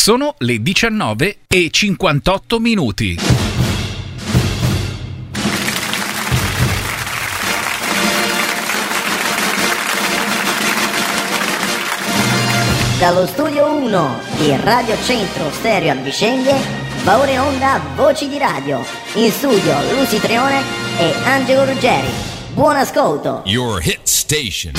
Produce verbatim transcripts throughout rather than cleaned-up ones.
Sono le diciannove e cinquantotto minuti. Dallo studio uno di Radio Centro Stereo Albiceglie va ora in onda Voci di Radio. In studio Lucy Treone e Angelo Ruggeri. Buon ascolto. Your hit station.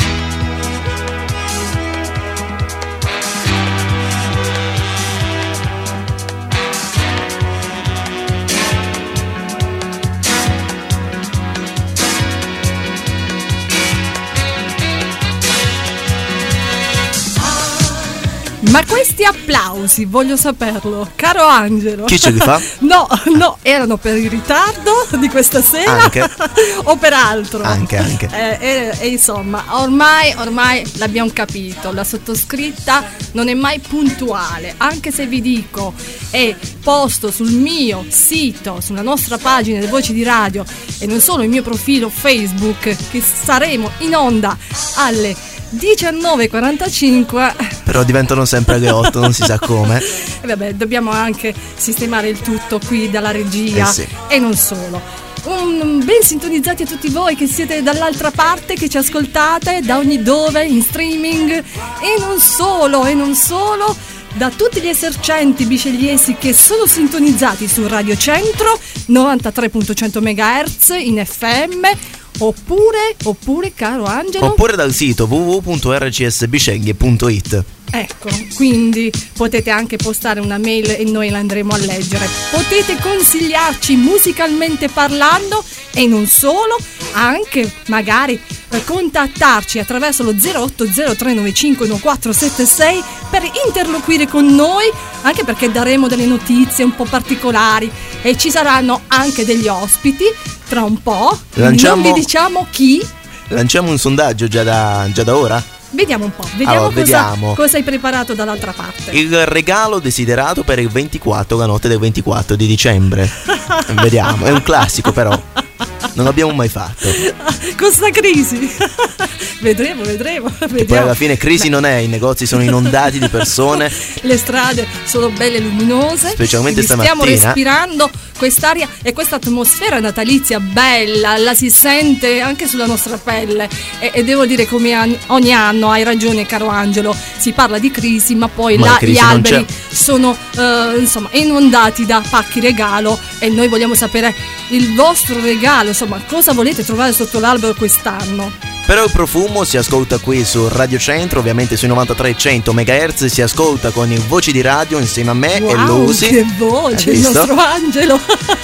Ma questi applausi, voglio saperlo, caro Angelo. Chi ce li fa? No, no, erano per il ritardo di questa sera. Anche. O per altro. Anche, anche. Eh, e, e insomma, ormai, ormai l'abbiamo capito, la sottoscritta non è mai puntuale, anche se vi dico, è posto sul mio sito, sulla nostra pagina delle Voci di Radio e non solo il mio profilo Facebook, che saremo in onda alle diciannove e quarantacinque. Però diventano sempre le otto, non si sa come. E vabbè, dobbiamo anche sistemare il tutto qui dalla regia. Eh sì. E non solo. Un, ben sintonizzati a tutti voi che siete dall'altra parte, che ci ascoltate da ogni dove, in streaming. E non solo, e non solo, da tutti gli esercenti biscegliesi che sono sintonizzati su Radio Centro novantatré virgola cento megahertz in F M. Oppure, oppure, caro Angelo, oppure dal sito w w w punto r c s bisceglie punto i t. Ecco, quindi potete anche postare una mail e noi la andremo a leggere. Potete consigliarci musicalmente parlando e non solo, anche magari contattarci attraverso lo zero otto zero tre nove cinque uno quattro sette sei per interloquire con noi, anche perché daremo delle notizie un po' particolari e ci saranno anche degli ospiti tra un po'. Lanciamo, non vi diciamo chi. Lanciamo un sondaggio già da, già da ora? Vediamo un po', vediamo, allora, cosa, vediamo cosa hai preparato dall'altra parte. Il regalo desiderato per il ventiquattro, la notte del ventiquattro di dicembre. Vediamo, è un classico però. Non l'abbiamo mai fatto. Con sta crisi. Vedremo, vedremo, vedremo. E poi alla fine crisi Beh. non è, i negozi sono inondati di persone. Le strade sono belle luminose. Specialmente stamattina. Stiamo respirando quest'aria e questa atmosfera natalizia bella, la si sente anche sulla nostra pelle. E, e devo dire, come ogni anno, hai ragione caro Angelo, si parla di crisi, ma poi ma là, gli alberi sono eh, insomma inondati da pacchi regalo e noi vogliamo sapere il vostro regalo, insomma cosa volete trovare sotto l'albero quest'anno. Però il profumo si ascolta qui su Radio Centro, ovviamente sui novantatré cento megahertz, si ascolta con i Voci di Radio insieme a me wow, e Lucy. Che voce, il nostro Angelo.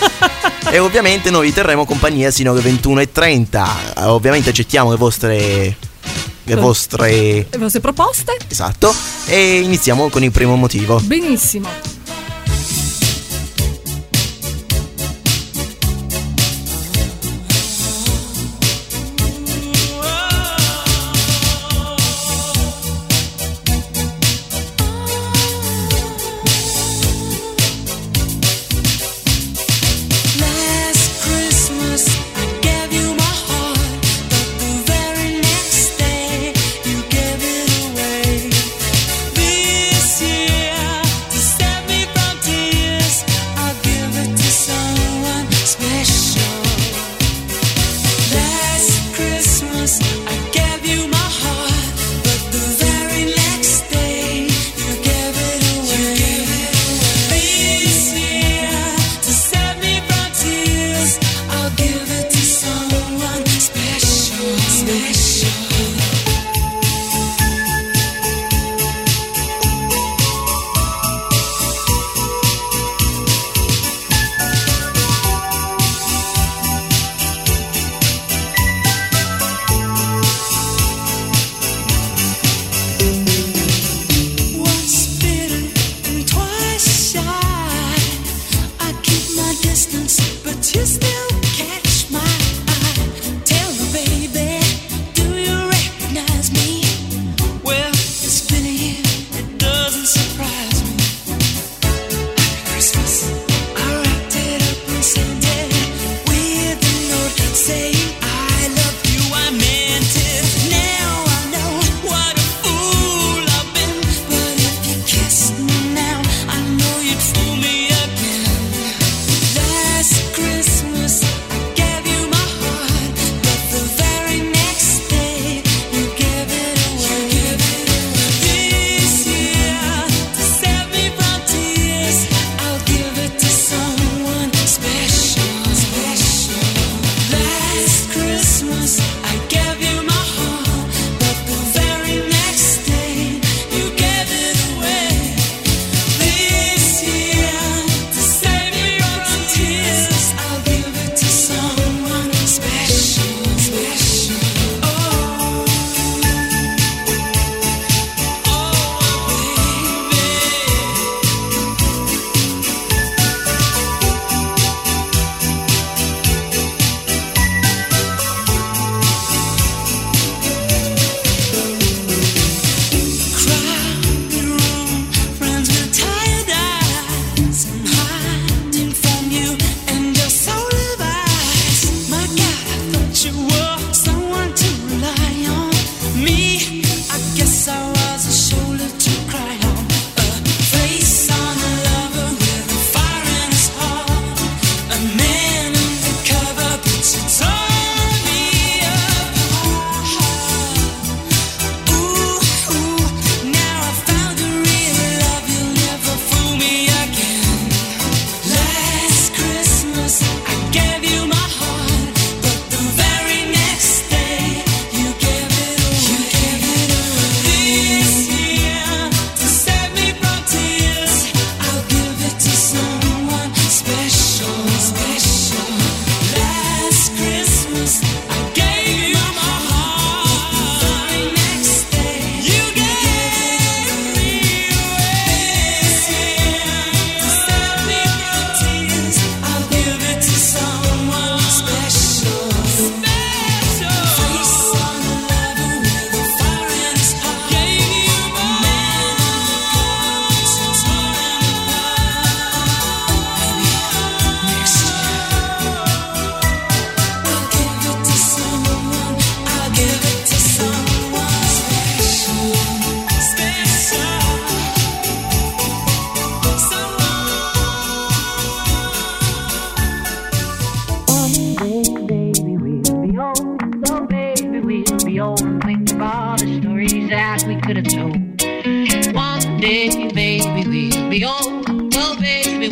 E ovviamente noi vi terremo compagnia sino alle ventuno e trenta. Ovviamente accettiamo le vostre le vostre le vostre proposte. Esatto. E iniziamo con il primo motivo. Benissimo. This year to seven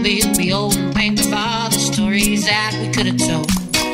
baby, we'll be old and think of all the stories that we could have told.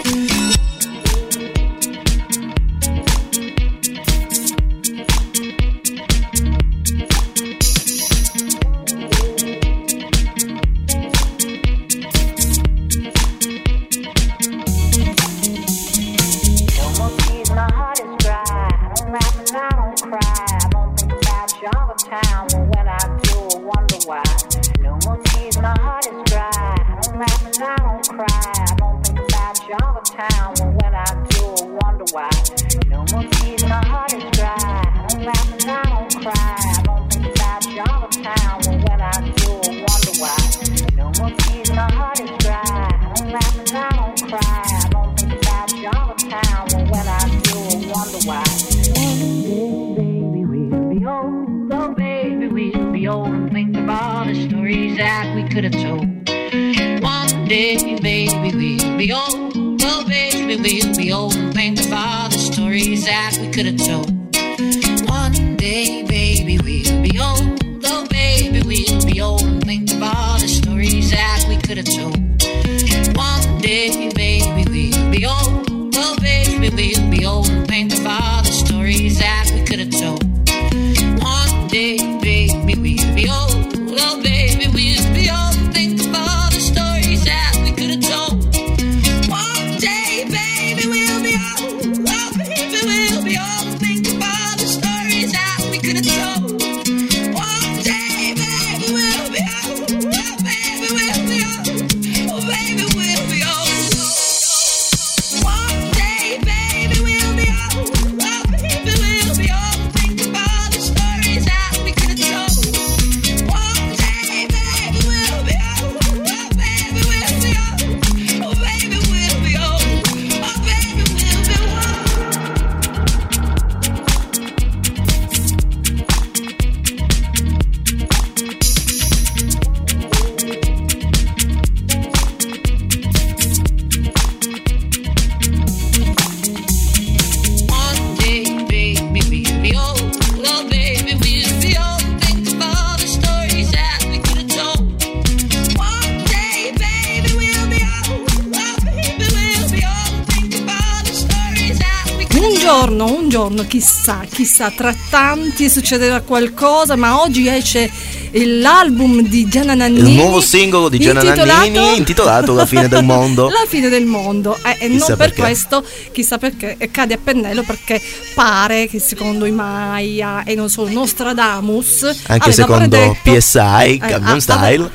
Un giorno, chissà, chissà, tra tanti succederà qualcosa, ma oggi esce l'album di Gianna Nannini, il nuovo singolo di Gianna intitolato... Nannini intitolato La fine del mondo. La fine del mondo, eh, e non per perché. questo, chissà perché, cade a pennello, perché pare che secondo i Maya e non solo Nostradamus, anche secondo predetto, P S I, eh, Gangnam ah, Style,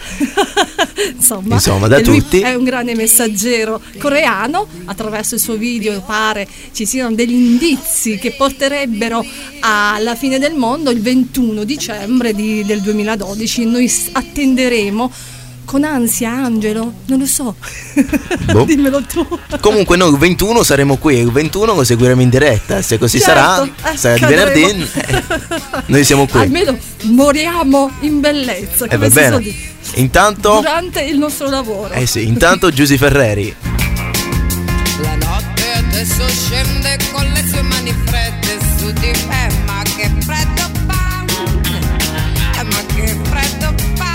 insomma, insomma da lui tutti. È un grande messaggero coreano. Attraverso il suo video pare ci siano degli indizi che porterebbero alla fine del mondo il ventuno dicembre di, del duemiladodici. Noi attenderemo con ansia, Angelo, non lo so. Boh. Dimmelo tu. Comunque noi il ventuno saremo qui, il ventuno lo seguiremo in diretta, se così Certo, sarà, eh, sarà di cadremo. venerdì, eh, noi siamo qui. Almeno moriamo in bellezza, E come eh, va si bene. suol dire, Intanto durante il nostro lavoro. Eh sì, intanto Giusy Ferreri. La notte adesso scende con le sue mani fredde su di me, ma che freddo fa, eh, ma che freddo fa.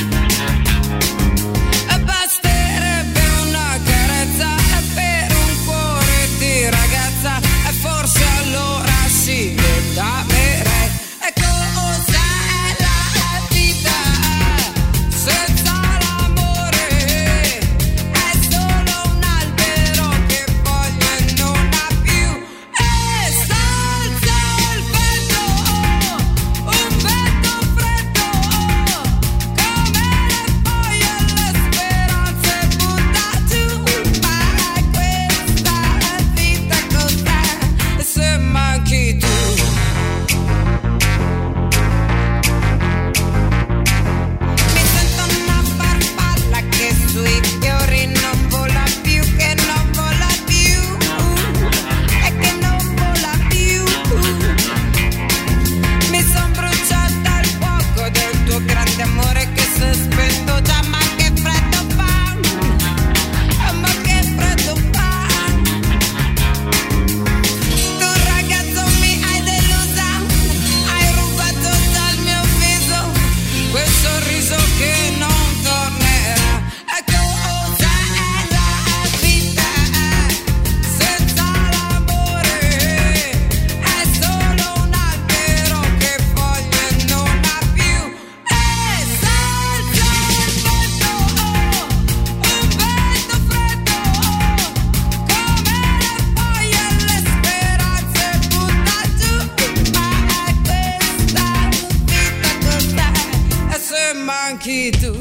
E basterebbe una carezza e per un cuore di ragazza, e forse allora sì che damerei. E cosa è la vita senza l'amore? È solo un albero che foglie non ha più, e stanza il vento manchi tu.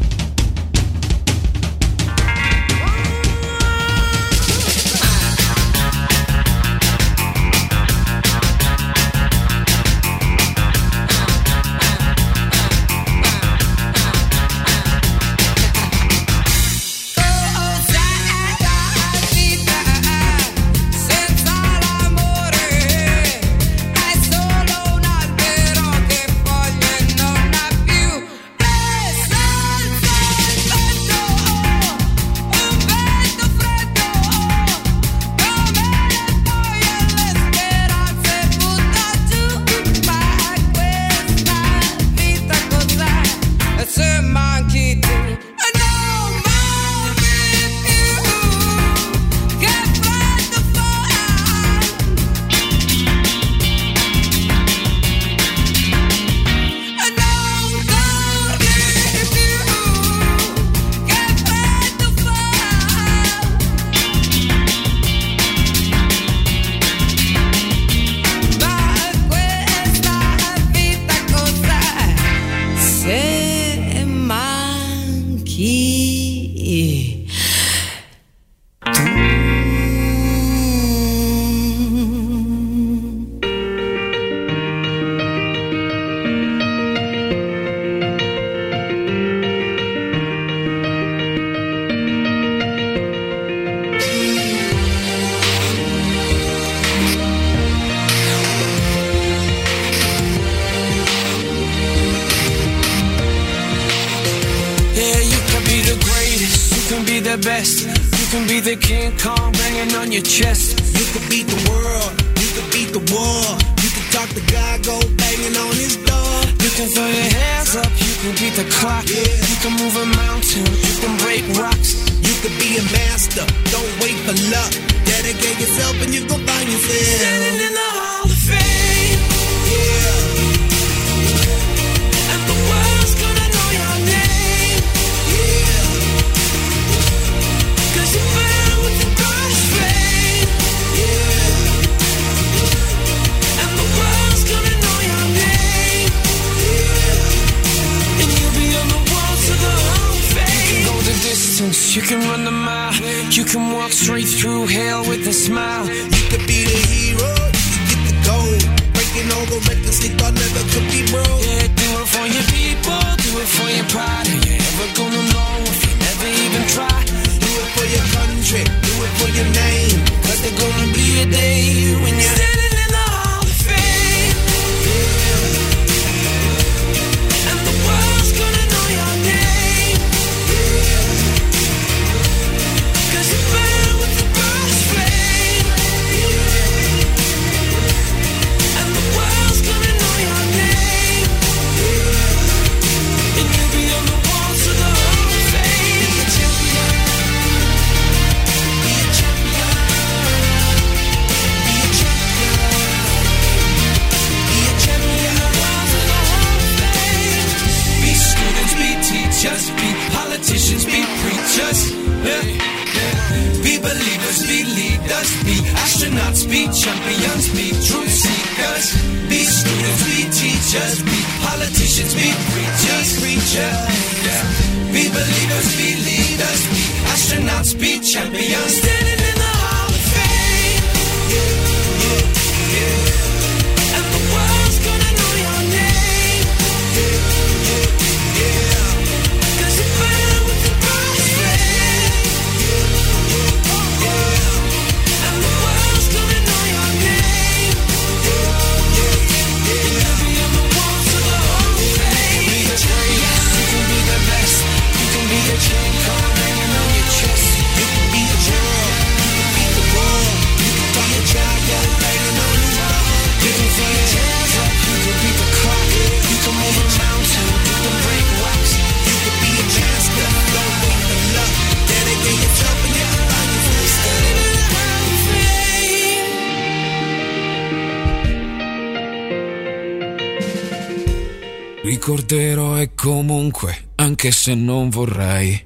Ricorderò e comunque, anche se non vorrei,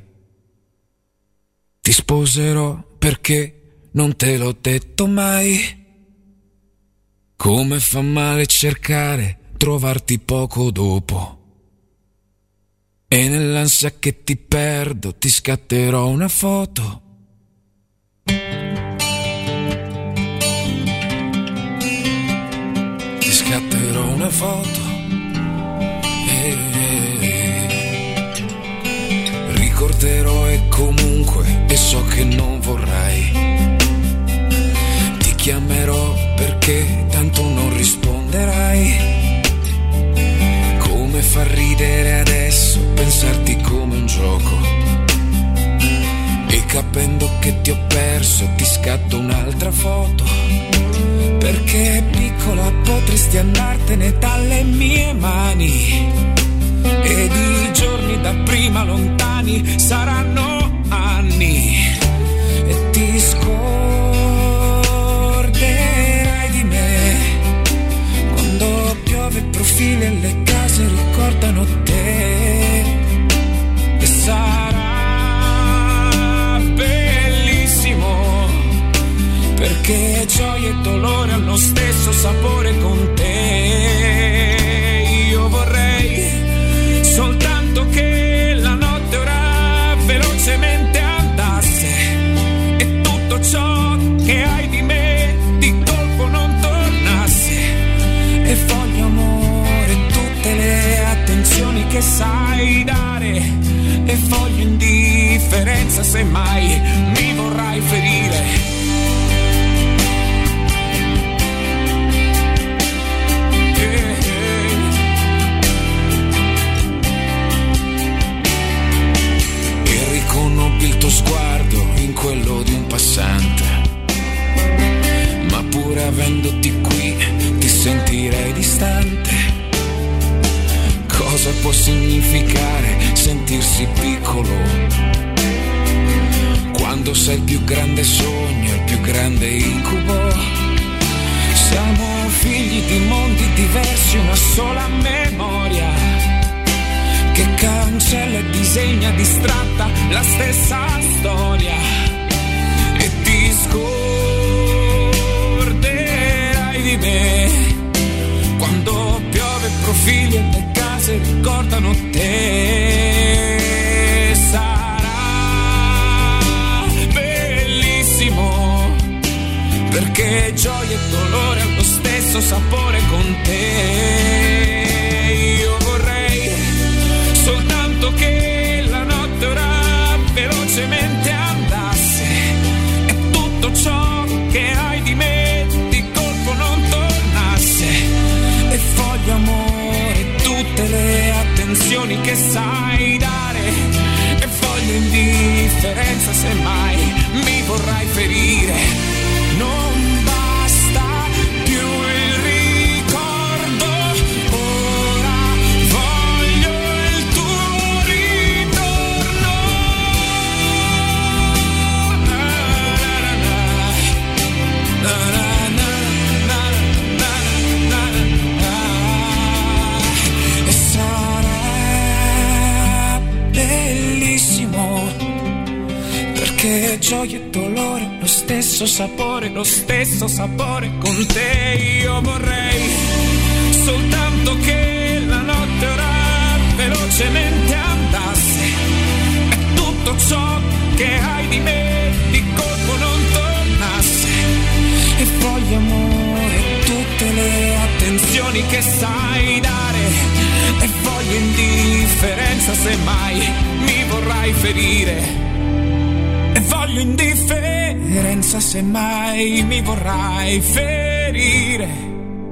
ti sposerò perché non te l'ho detto mai. Come fa male cercare, trovarti poco dopo. E nell'ansia che ti perdo ti scatterò una foto. Ti scatterò una foto. Eh, eh, eh. Ricorderò e comunque, e so che non vorrai. Ti chiamerò perché tanto non risponderai. Come fa ridere adesso pensarti come un gioco. E capendo che ti ho perso ti scatto un'altra foto. Perché piccola potresti andartene dalle mie mani. Ed i giorni da prima lontani saranno anni. E ti scorderai di me. Quando piove profili e le case ricordano te. E sarà bellissimo, perché gioia e dolore hanno stesso sapore con te. Io vorrei soltanto che la notte ora velocemente andasse e tutto ciò che hai di me di colpo non tornasse. E voglio amore, tutte le attenzioni che sai dare. E voglio indifferenza se mai mi vorrai ferire. Il tuo sguardo in quello di un passante, ma pur avendoti qui ti sentirei distante. Cosa può significare sentirsi piccolo quando sei il più grande sogno, il più grande incubo? Siamo figli di mondi diversi, una sola memoria che cancella e disegna distratta la stessa storia. E ti scorderai di me quando piove profili e le case ricordano te. Sarà bellissimo, perché gioia e dolore hanno lo stesso sapore con te. Io vorrei soltanto che la notte ora velocemente andasse e tutto ciò che hai di me di colpo non tornasse. E voglio amore, tutte le attenzioni che sai dare. E voglio indifferenza se mai mi vorrai ferire. Non basta più il ricordo, ora voglio il tuo ritorno. Na, na, na, na, na, na, na, na. E sarà bellissimo, perché gioia e dolore lo stesso sapore, lo stesso sapore con te. Io vorrei soltanto che la notte ora velocemente andasse e tutto ciò che hai di me di colpo non tornasse. E voglio amore, tutte le attenzioni che sai dare. E voglio indifferenza se mai mi vorrai ferire. E voglio indifferenza se mai mi vorrai ferire.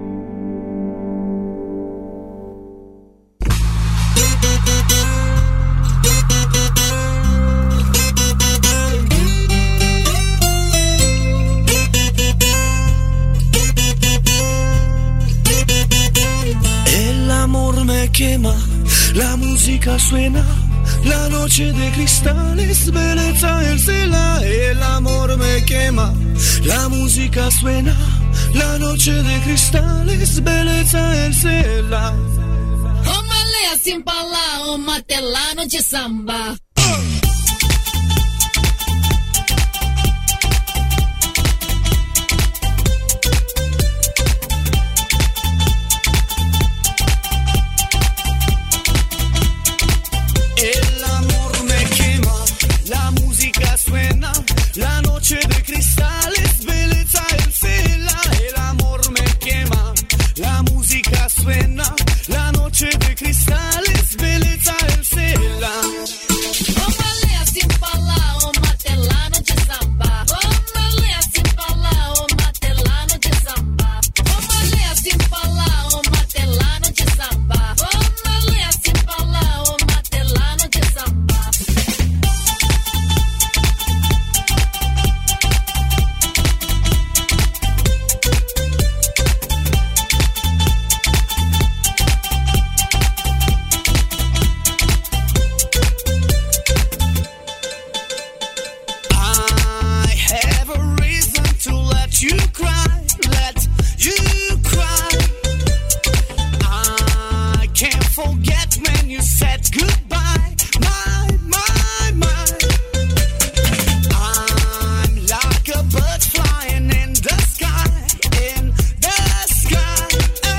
El amor me quema, la música suena. La noche de cristales, belleza el cela, el amor me quema, la música suena. La noche de cristales, belleza el cela. Ô malé, assim pra lá, ô matelano de samba. El amor me quema, la música suena, la noche de cristales, belleza el cela. El amor me quema, la música suena, la noche de cristales, belleza el cela. Vamos assim falar, o matelano de samba. Vamos assim falar, o matelano de samba. Vamos assim falar, o matelano de samba. Vamos assim falar, o matelano de samba. I have a reason to let you cry, let you cry. I can't forget when you said goodbye, my, my, my. I'm like a bird flying in the sky, in the sky.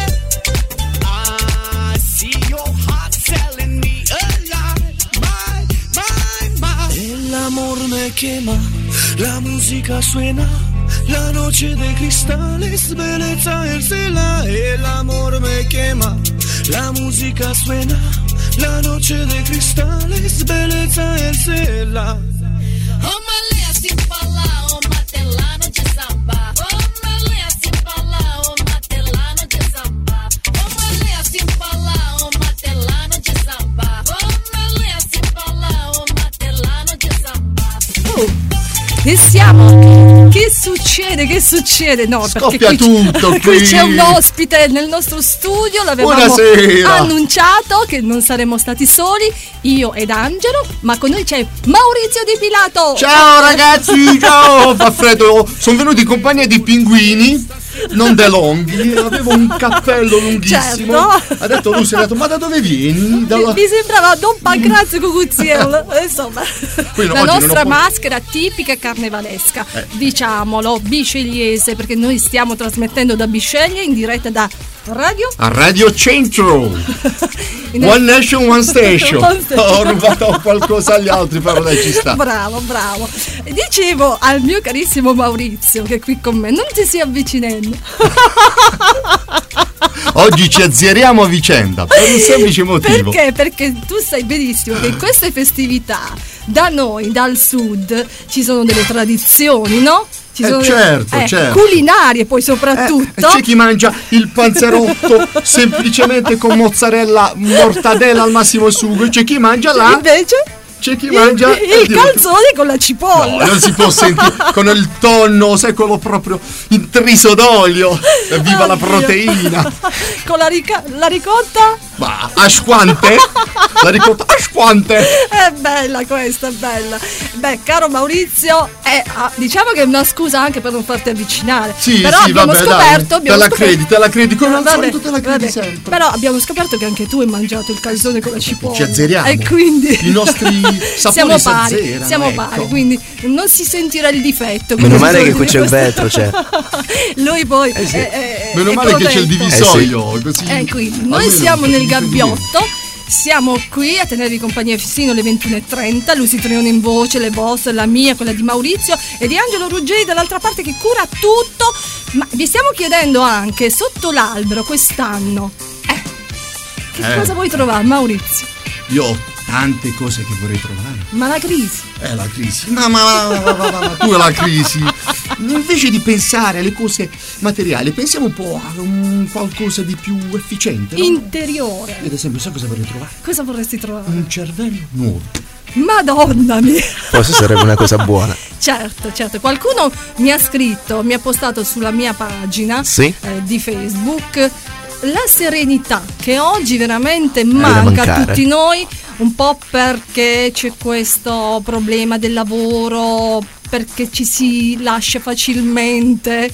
I see your heart telling me a lie, my, my, my. El amor me quema, la música suena, la noche de cristales, belleza el cela. El amor me quema, la música suena, la noche de cristales, belleza el cela. Vamos assim falar, o matelano de samba. Vamos assim falar, o matelano de samba. Vamos assim falar, o matelano de samba. Vamos assim falar, o matelano de samba. E siamo. Che succede? Che succede? No, Scoppia perché qui, tutto qui qui. c'è un ospite nel nostro studio, l'avevamo Buonasera. annunciato che non saremmo stati soli, io ed Angelo, ma con noi c'è Maurizio Di Pilato. Ciao ragazzi, ciao, fa freddo. Sono venuti in compagnia di pinguini, non de longhi. Avevo un cappello lunghissimo. Certo. Ha detto Lucy, ha detto, ma da dove vieni? Mi, Dalla... mi sembrava Don Pancrazio Cucuzziello, insomma, Quindi la oggi non nostra ho- maschera tipica carnevalesca, Eh. diciamolo, biscegliese, perché noi stiamo trasmettendo da Bisceglie in diretta da radio A Radio Centro. in- One Nation, One Station. One Station. Ho rubato qualcosa agli altri, però dai, ci sta. Bravo, bravo. Dicevo al mio carissimo Maurizio che è qui con me, non ti si avvicinando. Oggi ci azzeriamo a vicenda per un semplice motivo. Perché? Perché tu sai benissimo che in queste festività da noi, dal sud, ci sono delle tradizioni, no? Ci Eh, sono certo, eh, certo. culinarie poi soprattutto. C'è chi mangia il panzerotto semplicemente con mozzarella, mortadella al massimo sugo, e c'è chi mangia là. Invece C'è chi il, mangia il calzone con la No, cipolla. non si può sentire con il tonno, sai, quello proprio intriso d'olio. Viva la Oddio. proteina. Con la, rica- la ricotta. Ma asquante? La ricotta asquante. È bella questa, è bella. Beh, caro Maurizio, è, ah, diciamo che è una scusa anche per non farti avvicinare. Sì, però sì, abbiamo vabbè, scoperto. dai. abbiamo Te la scoperto- credi, te la credi, come al Vabbè, solito te la credi vabbè. sempre. Però abbiamo scoperto che anche tu hai mangiato il calzone con la cipolla. Ci azzeriamo. E quindi I nostri sapori siamo si pari, azzerano, siamo ecco. pari, quindi non si sentirà il difetto. Meno come male si che suol qui c'è dire il questo. vetro, c'è. Lui poi Eh sì. è- è- Meno è male che c'è il protetto. divisorio, così. Eh, quindi noi almeno siamo non nel si sente gabbiotto. Siamo qui a tenervi compagnia fino alle ventuno e trenta. Lucy Trione in voce, le vostre, la mia, quella di Maurizio e di Angelo Ruggeri dall'altra parte che cura tutto. Ma vi stiamo chiedendo anche sotto l'albero quest'anno, eh, che Eh. cosa vuoi trovare, Maurizio? Io ho tante cose che vorrei trovare. Ma la crisi. È la crisi. Ma, ma, ma, ma, ma, ma, ma tu è la crisi. Invece di pensare alle cose materiali, pensiamo un po' a un qualcosa di più efficiente, no? Interiore. Ad esempio, sai cosa vorrei trovare? Cosa vorresti trovare? Un cervello nuovo. Madonna mia. Forse sarebbe una cosa buona. Certo, certo. Qualcuno mi ha scritto, mi ha postato sulla mia pagina Sì. eh, di Facebook la serenità che oggi veramente manca a mancare. tutti noi, un po' perché c'è questo problema del lavoro, perché ci si lascia facilmente.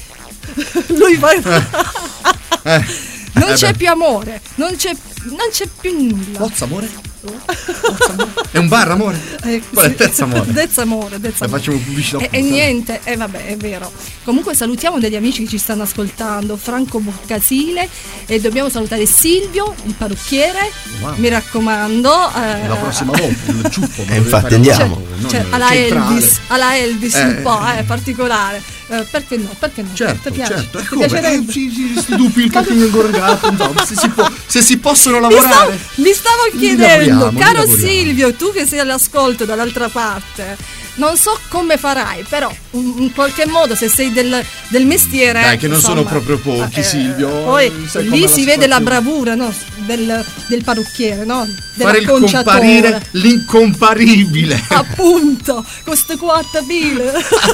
Lui va... Eh, non eh c'è beh. più amore, non c'è, non c'è più nulla. Forza, amore? È un bar, amore? Eh, Qual è sì. terza amore? Dezza amore, Dezza Eh, amore. facciamo pubblicità E, e appunto. niente, e vabbè, è vero. Comunque salutiamo degli amici che ci stanno ascoltando, Franco Boccasile, e dobbiamo salutare Silvio, il parrucchiere. Wow. Mi raccomando. eh, La prossima volta il ciuffo. Eh, infatti andiamo. Non Cioè, alla centrale. Elvis, alla Elvis Eh, un po', eh, particolare. Eh, perché no? Perché no? Certo, Ti piace? certo. E Ti come? piacerebbe? Eh, sì, sì, questi dubbi, il catino ingorgato, insomma, se si, può, se si possono Mi stavo, lavorare. mi stavo Li chiedendo, lavoriamo, li caro lavoriamo. Silvio, tu che sei all'ascolto dall'altra parte, non so come farai, però in in qualche modo se sei del, del mestiere. Dai, che non insomma, sono proprio pochi, eh, Silvio. Poi Sai lì com'è si la vede la situazione. bravura, no? del, del parrucchiere, no? Fare il Dell'acconciatore. comparire l'incomparibile. Appunto, queste quattro pile.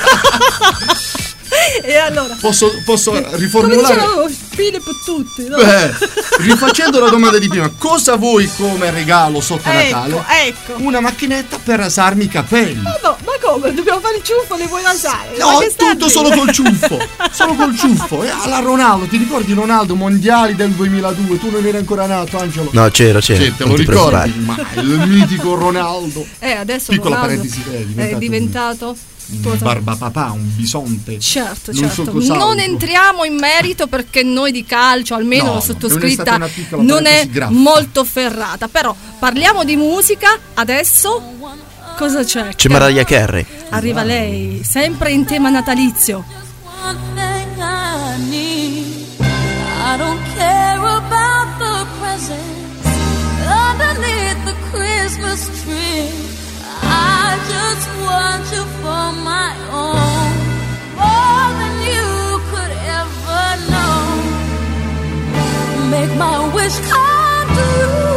E allora, Posso, posso come riformulare? dicevamo, file per tutti, no? Beh, rifacendo la domanda di prima, cosa vuoi come regalo sotto Ecco, Natale? ecco. Una macchinetta per rasarmi i capelli. Ma no, ma come? Dobbiamo fare il ciuffo, le vuoi lasciare? No, Ma che stai a tutto dire? solo col ciuffo. Solo col ciuffo. E alla Ronaldo, ti ricordi Ronaldo mondiali del duemiladue? Tu non eri ancora nato, Angelo? No, c'ero, c'ero. Sì, te non lo ti ricordi? preoccupare. Ma il mitico Ronaldo. Eh, adesso Piccola Ronaldo parentesi, è diventato è diventato un cosa? barbapapà, un bisonte. Certo, Non so certo. cos'altro. Non entriamo in merito perché noi di calcio, almeno No, la no, sottoscritta, non è stata una piccola non è parentesi graffa. molto ferrata. Però parliamo di musica adesso. Cosa c'è? C'è Mariah Carey. Arriva lei, sempre in tema natalizio. One thing I need. I don't care about the presents underneath the Christmas tree. I just want you for my own, more than you could ever know. Make my wish come true.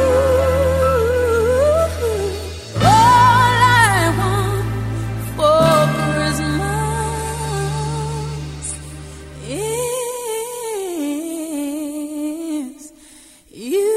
All I want for Christmas is you.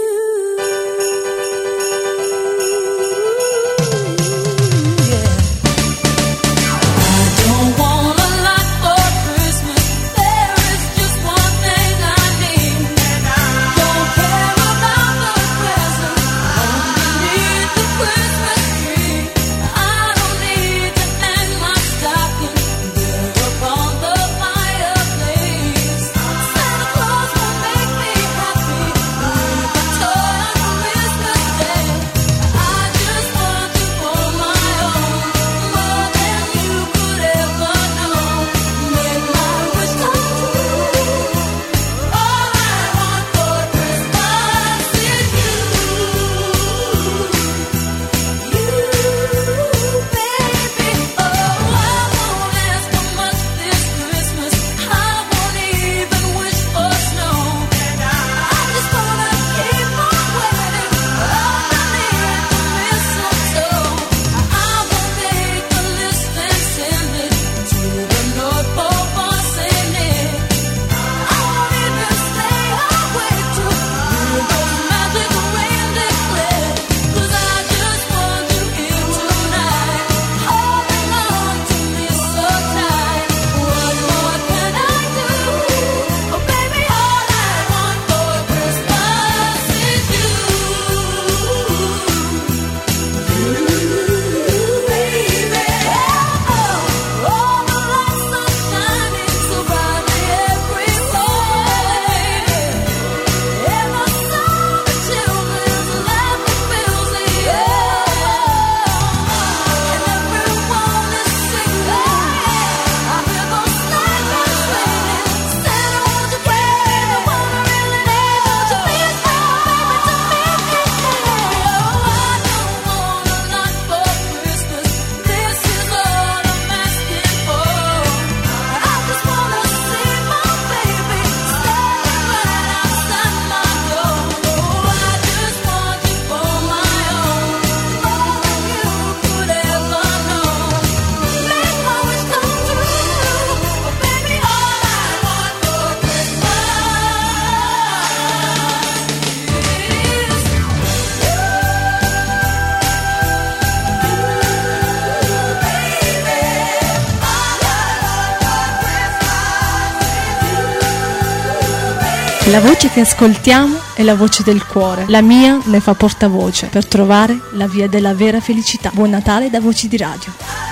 La voce che ascoltiamo è la voce del cuore, la mia ne fa portavoce per trovare la via della vera felicità. Buon Natale da Voci di Radio.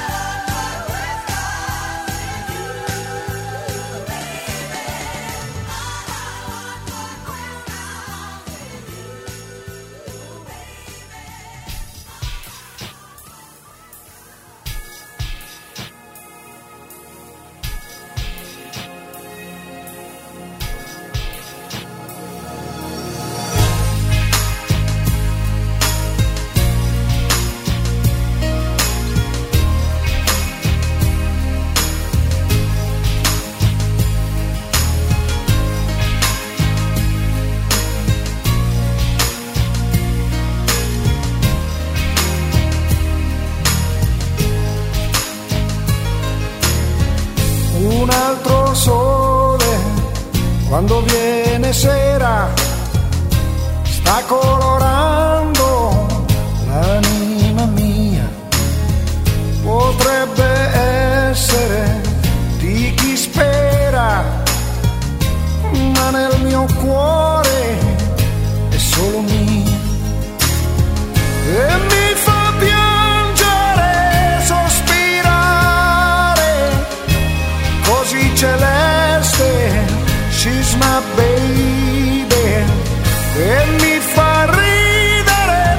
Un altro sole, quando viene sera, sta colorando l'anima mia. Potrebbe essere di chi spera, ma nel mio cuore è solo mia. E mi fa piangere, sospirare, così celeste, she's my baby. E mi fa ridere,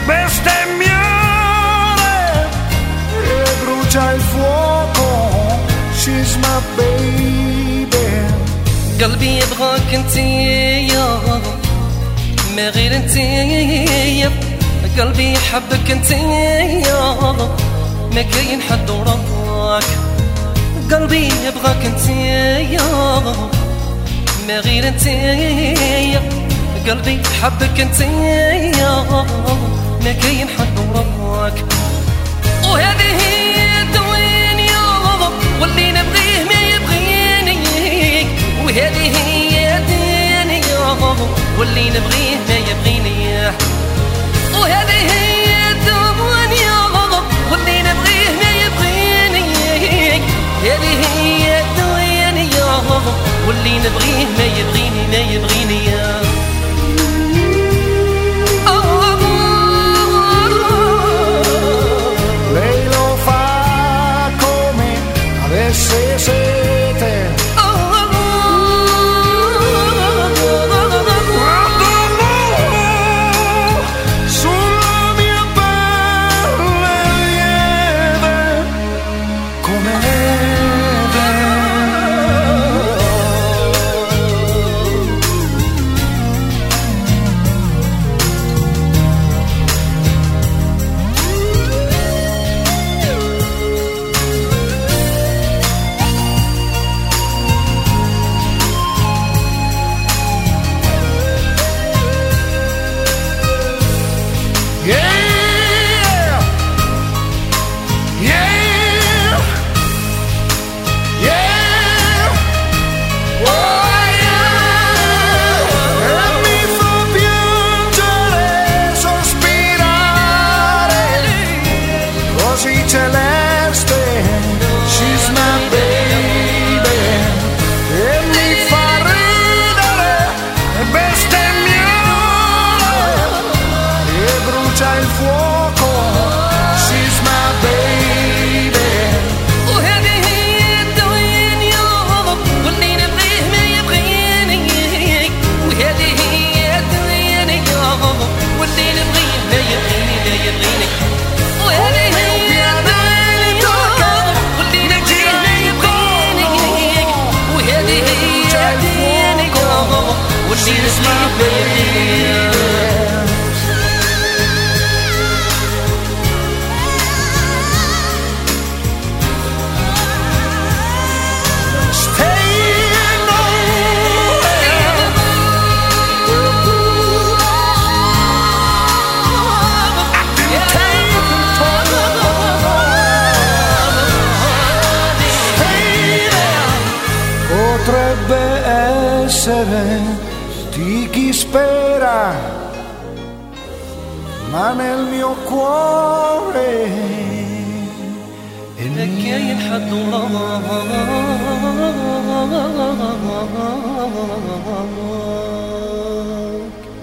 bestemmiare, e brucia il fuoco, she's my baby. قلبي يبغاك انتيا ما غير انتيا، قلبي يحبك انتيا ما كاين حد وراك. قلبي يبغاك انتيا ما غير انتيا، قلبي يحبك انتيا ما كاين حد وراك. وهذه هي الدنيا واللي نبغيه ما يبغيني، وهذه هي الدنيا واللي نبغيه ما يبغيني، وهذه هي الدنيا واللي نبغيه ما يبغيني، هذه هي الدنيا واللي نبغيه ما يبغيني ما يبغيني. Lei lo fa come avesse sete, sulla mia pelle lieve come neve. Yeah, yeah, yeah, oh yeah. E mi fa piangere, sospirare, così celeste, she's my baby. E mi fa ridere, bestemmiare, e brucia il fuoco, she's my baby. وهذه هي الدنيا واللي نبغيه ما يبغيني، وهذه هي الدنيا واللي نبغيه ما يبغيني ما يبغيني، وهذه هي الدنيا واللي نبغيه ما يبغيني، وهذه هي الدنيا واللي نبغيه ما يبغيني. Potrebbe essere di chi spera, ma nel mio cuore è ما كاين حد وراك.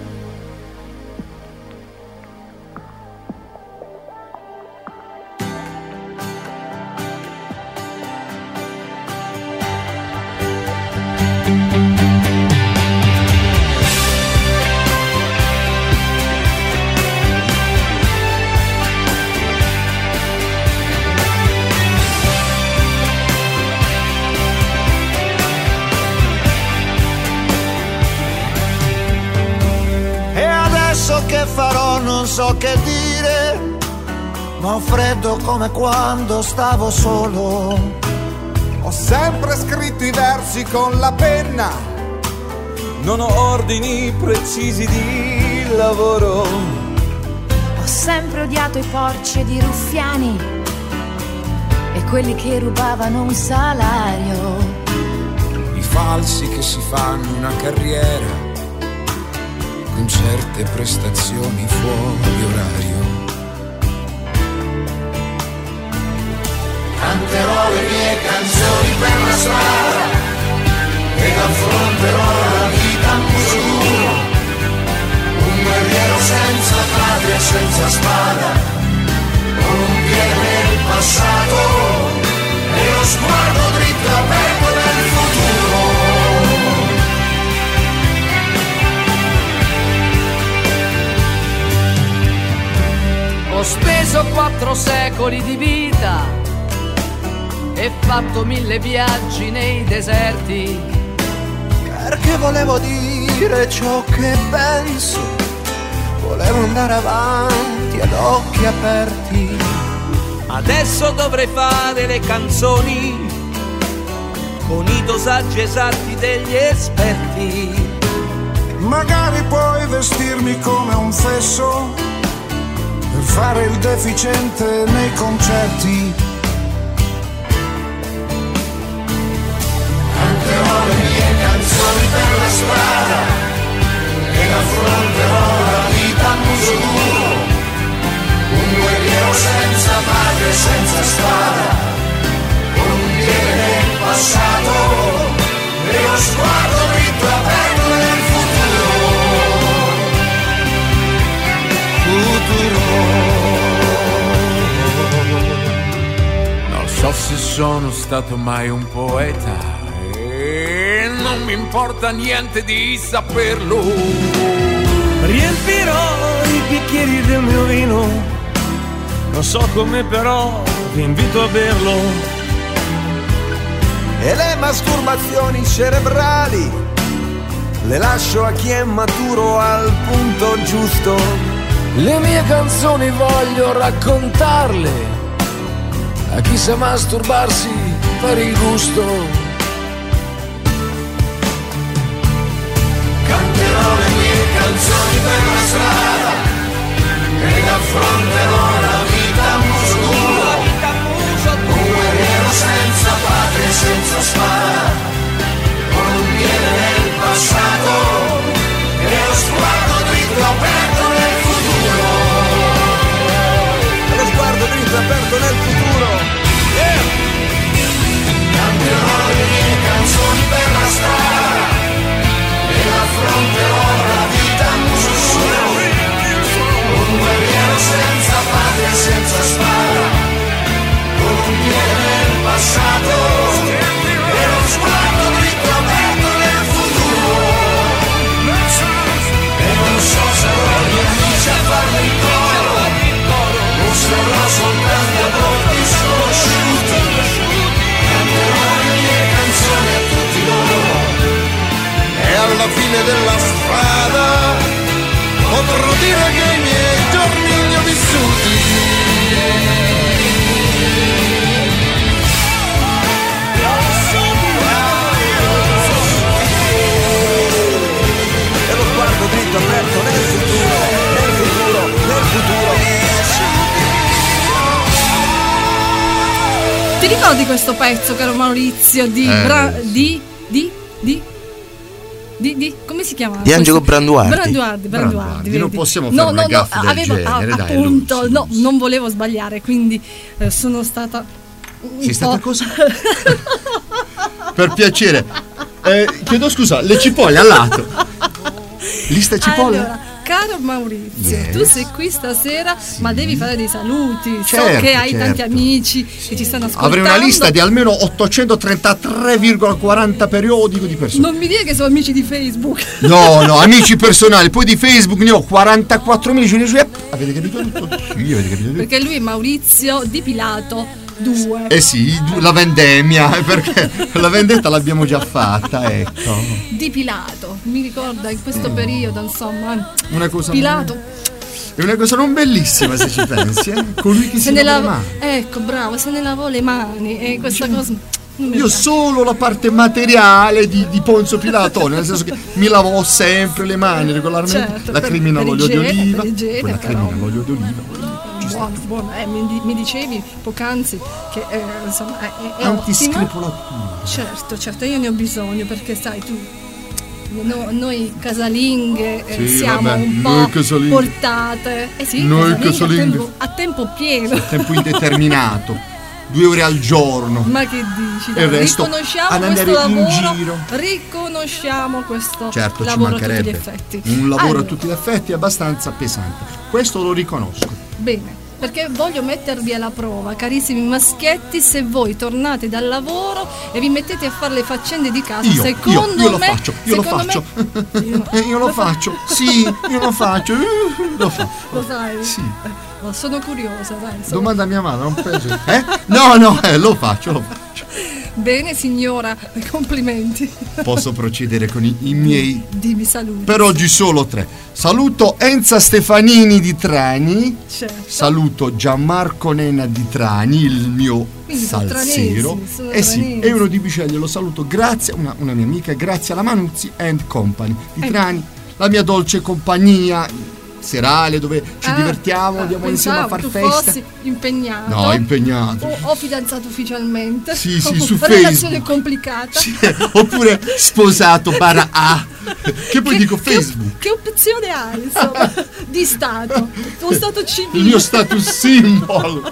non so che dire, ma ho freddo come quando stavo solo. Ho sempre scritto i versi con la penna, non ho ordini precisi di lavoro. Ho sempre odiato i porci ed i ruffiani e quelli che rubavano un salario. I falsi che si fanno una carriera con certe prestazioni fuori orario. Canterò le mie canzoni per la strada ed affronterò la vita a muso duro, un guerriero senza patria e senza spada, con un piede nel passato e lo sguardo dritto aperto nel futuro. Ho speso quattro secoli di vita e fatto mille viaggi nei deserti, perché volevo dire ciò che penso, volevo andare avanti ad occhi aperti. Adesso dovrei fare le canzoni con i dosaggi esatti degli esperti. Magari puoi vestirmi come un fesso per fare il deficiente nei concerti. Canterò le mie canzoni per la strada ed affronterò la vita a muso duro, un guerriero senza patria e senza spada, con un piede nel passato e lo sguardo dritto aperto nel futuro. Futuro. Non so se sono stato mai un poeta, non mi importa niente di saperlo. Riempirò i bicchieri del mio vino, non so come però vi invito a berlo. E le masturbazioni cerebrali le lascio a chi è maturo al punto giusto. Le mie canzoni voglio raccontarle a chi sa masturbarsi per il gusto. Canterò le mie canzoni per la strada ed affronterò la vita a muso duro, un guerriero senza patria e senza spada, con un piede nel passato e lo sguardo dritto aperto nel futuro. Lo sguardo dritto aperto nel futuro. Yeah. Canterò le mie canzoni per la strada ed affronterò la vita a muso duro, un guerriero senza patria e senza spada, con un piede nel passato e lo sguardo dritto aperto nel futuro. E non so se avrò gli amici a farmi il coro, o se avrò soltanto a volti sconosciuti. Canterò le mie canzoni a tutti loro e alla fine della strada potrò dire che i miei giorni li ho vissuti. E lo sguardo dritto aperto nel futuro, nel futuro, nel futuro. Ti ricordi questo pezzo, caro Maurizio, di Eh. Bra- di di di Di, di, come si chiama? Di Angelo Branduardi. Branduardi, Branduardi, Branduardi, vedi? non possiamo fare una gaffe del avevo, genere, ah, dai, appunto, Lucy, no, non volevo sbagliare, quindi eh, sono stata un Sei stata po'- cosa? Per piacere. Eh, chiedo scusa, le cipolle al lato. Lista cipolle? Allora, caro Maurizio, Yes. tu sei qui stasera, ma devi fare dei saluti. so Certo, che hai tanti certo. amici che ci stanno ascoltando. Avrei una lista di almeno ottocentotrentatré virgola quaranta periodico di persone. Non mi dire che sono amici di Facebook. No, no, amici personali, poi di Facebook ne ho quarantaquattromila. Avete capito tutto? Sì, avete capito tutto. Perché lui è Maurizio Di Pilato due. Eh sì, la vendemmia, perché la vendetta l'abbiamo già fatta, ecco. Di Pilato, mi ricorda in questo periodo, insomma. Una cosa Pilato. È una cosa non bellissima se ci pensi, eh? Colui che Se si ne lava le lava- mani. Ecco, bravo, se ne lavò le mani e questa cosa non mi Io piace. solo la parte materiale di, di Ponzio Pilato, nel senso che mi lavò sempre le mani regolarmente, Certo, la per- cremina per all'olio di igiene, oliva, per igiene, poi la però. cremina all'olio di oliva. Buono, buono. Eh, mi, di- mi dicevi poc'anzi che eh, insomma è, è, è Antiscrepolatura. ottimo. Certo, certo, io ne ho bisogno perché sai tu no- noi casalinghe eh, Sì, siamo vabbè, un noi po' casalinghe. portate eh sì, Noi casalinghe casalinghe. A, tempo, a tempo pieno. A tempo indeterminato, due ore al giorno. Ma che dici? E il resto riconosciamo ad questo andare in lavoro, giro. riconosciamo questo Certo, ci lavoro a tutti gli mancherebbe. effetti. Un lavoro Allora, a tutti gli effetti abbastanza pesante. Questo lo riconosco. Bene, perché voglio mettervi alla prova, carissimi maschietti, se voi tornate dal lavoro e vi mettete a fare le faccende di casa, Io, secondo io, io lo me, faccio, io lo secondo faccio. me- Eh, io lo faccio, sì, io lo faccio. eh, Lo faccio. Lo sai? Sì. Ma sono curiosa, dai. sono- Domanda a mia madre, non penso. Eh? No, no, eh, lo faccio, lo faccio. Bene, signora, complimenti. Posso procedere con i, i miei. Dimmi saluti. Per oggi solo tre. Saluto Enza Stefanini di Trani. Certo. Saluto Gianmarco Nena di Trani, il mio Quindi sono salsero. tranesi, sono Eh sì, tranesi. e uno di Biceglie lo saluto grazie a una, una mia amica, grazie alla Manuzzi and Company di Ecco. Trani, la mia dolce compagnia serale dove ci Ah, divertiamo, ah, andiamo insieme a pensavo far tu festa. fossi impegnato. No, impegnato. O, o fidanzato ufficialmente. Sì, sì, o su relazione Facebook. complicata. Oppure sposato barra A. Che poi dico Che, Facebook. che opzione hai, insomma, di stato? Tuo stato civile. Il mio status symbol.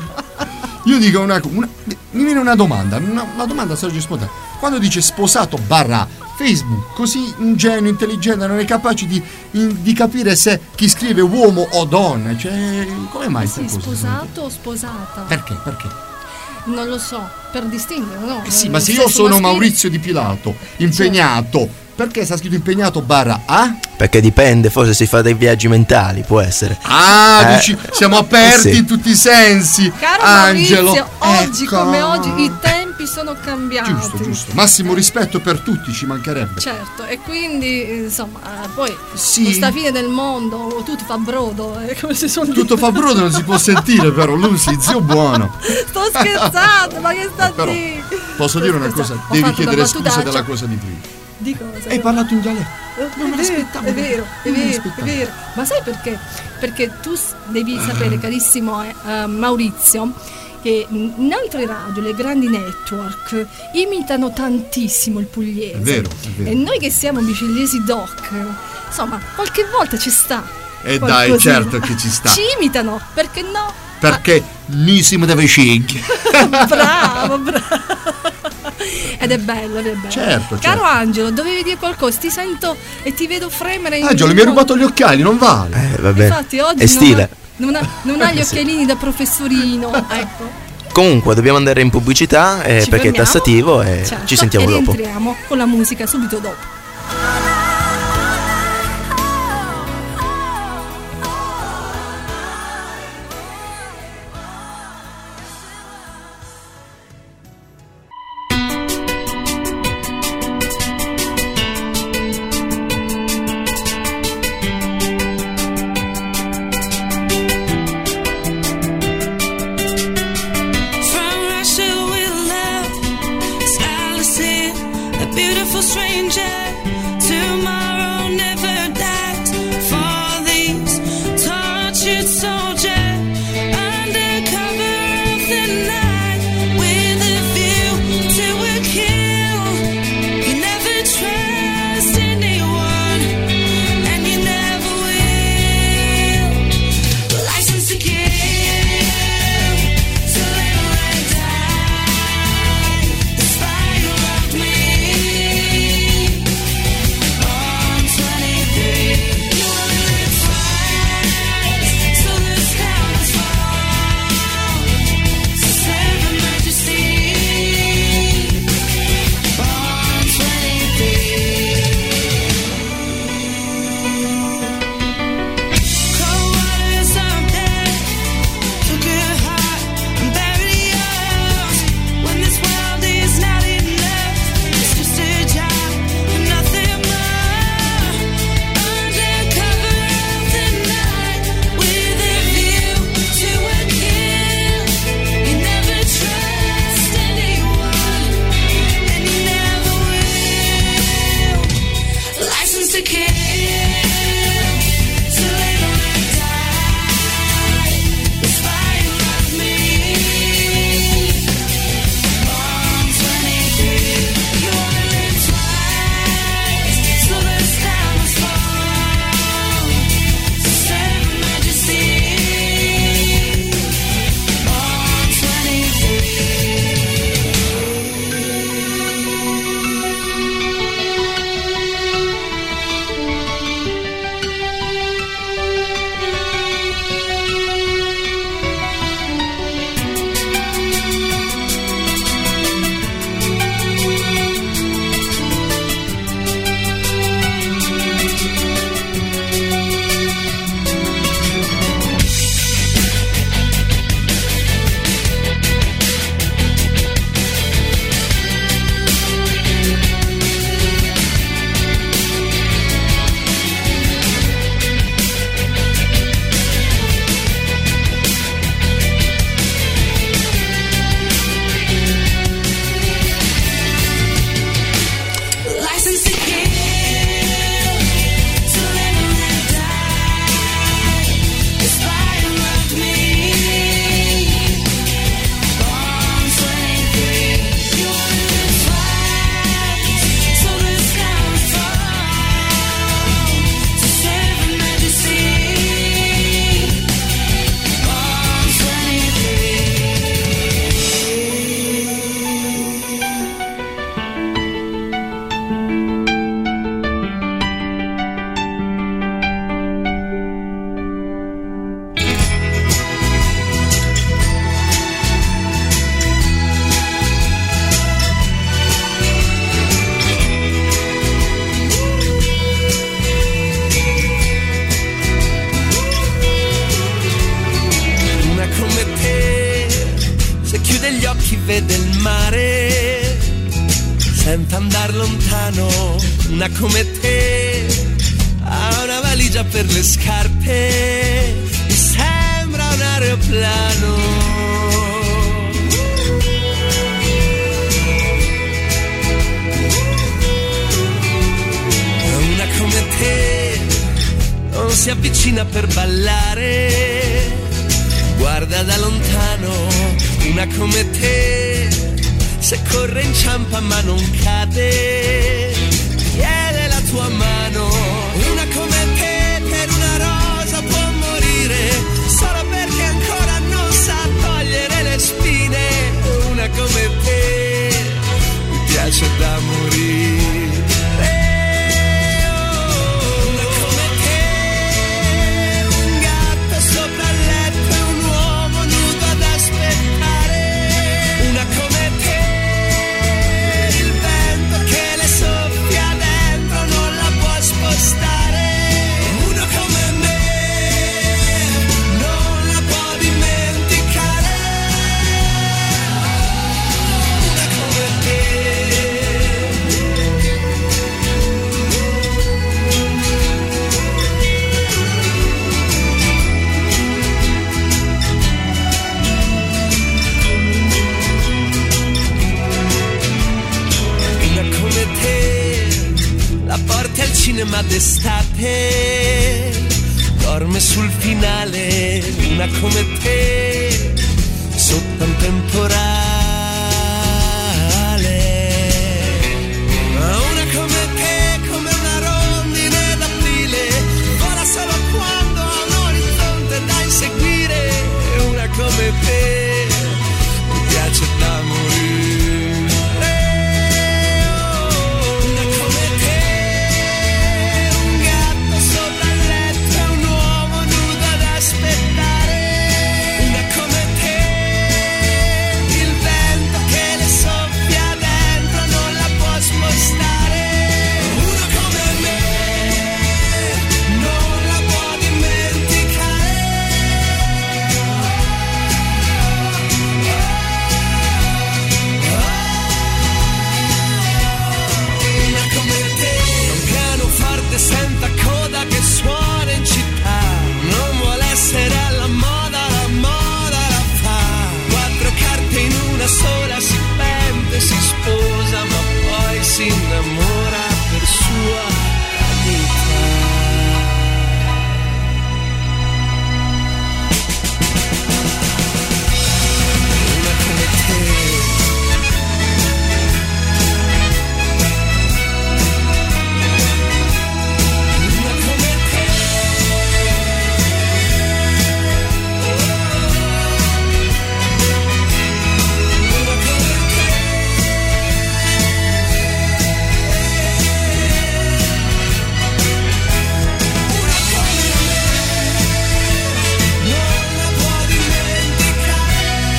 Io dico una, una mi viene una domanda, una, una domanda sorge spontanea. Quando dice sposato barra Facebook, così ingenuo, intelligente, non è capace di, in- di capire se chi scrive uomo o donna, cioè come mai Sì, questa cosa? sposato o sposata? Perché? Perché? Non lo so, per distinguere, no? Eh sì, Eh, ma se il io sesso sono maschile- Maurizio Di Pilato, impegnato, perché sta scritto impegnato barra A? Perché dipende, forse si fa dei viaggi mentali, può essere. Ah, Eh, dici, siamo aperti sì. in tutti i sensi. Caro Angelo, Maurizio, oggi ecco. come oggi i tempi sono cambiati. Giusto, giusto. Massimo rispetto per tutti, ci mancherebbe. Certo, e quindi insomma, eh, poi Sì. questa fine del mondo tutto fa brodo, eh, come si suol dire. Tutto fa brodo non si può sentire, però Lucy, zio buono. Sto scherzando, ma che sta Però, di? Posso dire una cosa? Ho Devi fatto chiedere una scusa battutaccia. della cosa di prima. Di cosa? Hai parlato in dialetto. Non me l'aspettavo. È vero, è Non me vero, è l'aspettavo. vero. Ma sai perché? Perché tu s- devi sapere, carissimo eh, eh, Maurizio, che in altre radio, le grandi network, imitano tantissimo il pugliese. È vero, è vero. E noi che siamo bicigliesi doc, insomma, qualche volta ci sta. E dai, qualcosina. certo che ci sta. Ci imitano, perché no? Perché nissimo deve sceglie. Bravo, bravo. Ed è bello, ed è bello. Certo, Caro certo. Angelo, dovevi dire qualcosa, ti sento e ti vedo fremere in Angelo, mi hai rubato gli occhiali, non vale. Eh, va bene. Infatti oggi È stile. non ha, non ha, non ha gli Sì. occhialini da professorino, ecco. Comunque, dobbiamo andare in pubblicità eh, Ci perché è fermiamo? tassativo e Certo, ci sentiamo e dopo. rientriamo con la musica subito dopo. From Russia with love, Alice here, a beautiful stranger. Tomorrow never dies for these tortured soldiers. Under cover of the night, with a view to a kill. You never trust anyone, and you never will. License to kill. So live and die, the spine of me. degli occhi vede il mare, senta andar lontano una come te, ha una valigia per le scarpe, mi sembra un aeroplano. Una come te non si avvicina per ballare, guarda da lontano. Una come te se corre inciampa ma non cade, chiede la tua mano. Una come te per una rosa può morire, solo perché ancora non sa togliere le spine. Una come te mi piace da morire. Una come te, un gatto sopra il letto e un uomo nudo ad aspettare. Una come te, il vento che le soffia dentro non la può spostare. Uno come me non la può dimenticare. Una come te. Una come te, la porti al cinema d'estate, dorme sul finale. Una come te, sotto un temporale. Una come te, come una rondine d'aprile, vola solo quando ha un orizzonte da inseguire. Una come te, mi piace da morire. Una come te, un gatto sopra il letto e un uomo nudo ad aspettare. Una come te, il vento che le soffia dentro non la può spostare. Una come me non la può dimenticare. Una come te, un pianoforte senza coda che suona in città, non vuole essere alla moda, la moda la fa. Quattro carte in una sola, si pente, si sposa, ma poi si innamora per sua vanità. Una come te. Una come te. Una come te. Una come me non la può dimenticare.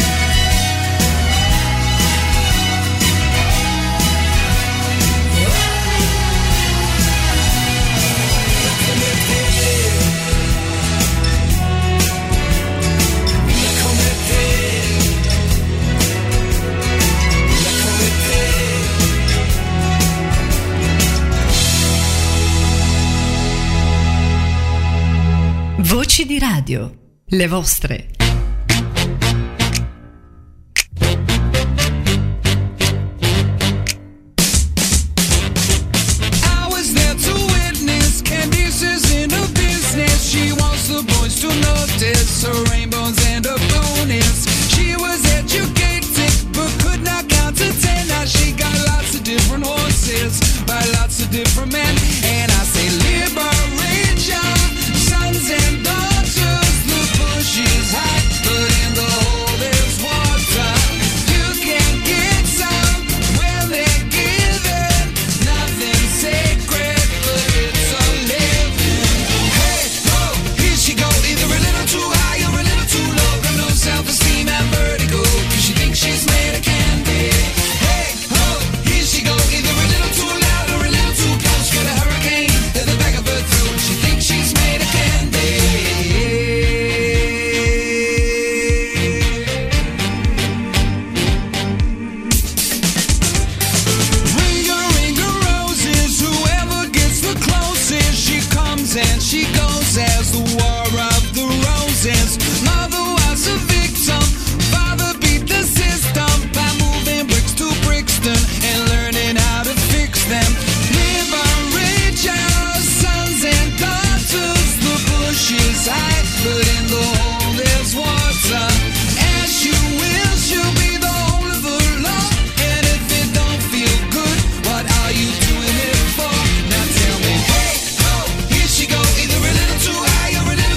Una come te. Una come te. Voci di radio, le vostre. I was there to witness Candice's in her business. She wants the boys to notice her rainbows and her bonus. She was educated but could not count to ten. Now she got lots of different horses by lots of different men. And I say liberate your sons and daughters. The bush is high. the war of the roses. Mother was a victim, father beat the system by moving bricks to Brixton and learning how to fix them. Liberate your sons and daughters, the bush is high, but in the hole there's water. As you wish, you'll be the whole of the law, and if it don't feel good, what are you doing it for? Now tell me, hey, ho, here she go, either a little too high or a little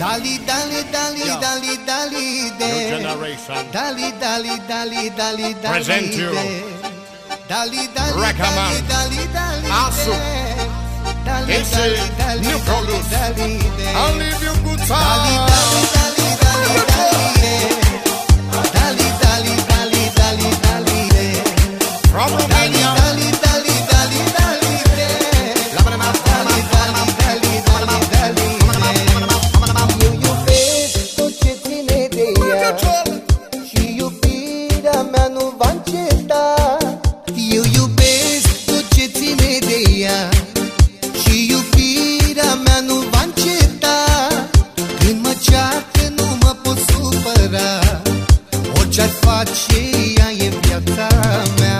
Dali, dali, dali, Yo. dali, dali, de. New generation. Dali, dali, dali, dali, dali, Present you. de. Dali, dali, Recommend. dali, dali, dali, Asu. de. Dali, It's dali, a dali, new dali, produce. dali, de. I'll leave you good time. Dali, dali, dali, dali, dali, de. Dali, dali, dali, dali, dali, de. From Dali, Romania. dali, dali, dali, dali, de. Dali, dali, dali, dali, dali, de. Eu iubesc tot ce ține de ea și iubirea mea nu va înceta. Eu iubesc tot ce ține de ea și iubirea mea nu va înceta. Când mă ceartă nu mă pot supăra, orice-ar face ea e viața mea.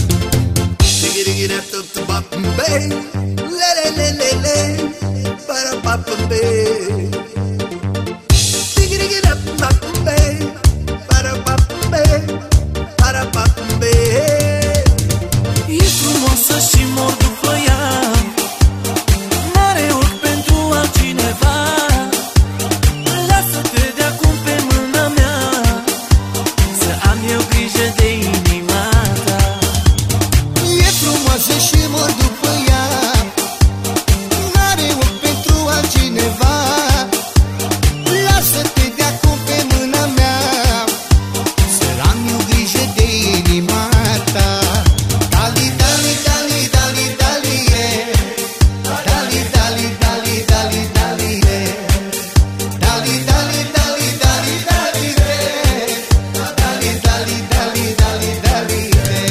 E frumoasă și mor după ea, n-are ochi pentru altcineva. Lasă-te de acum pe mâna mea, să am eu grijă de inima ta. E frumoasă și mor după ea, n-are ochi pentru altcineva. Lasă-te de acum pe mâna mea, să am eu grijă de inima ta. Dali, dali, dali, dali, dali, e. Dali, dali, dali, dali, dali, e. Dali, dali, dali, dali, dali, e. Dali, dali, dali, dali, dali, e.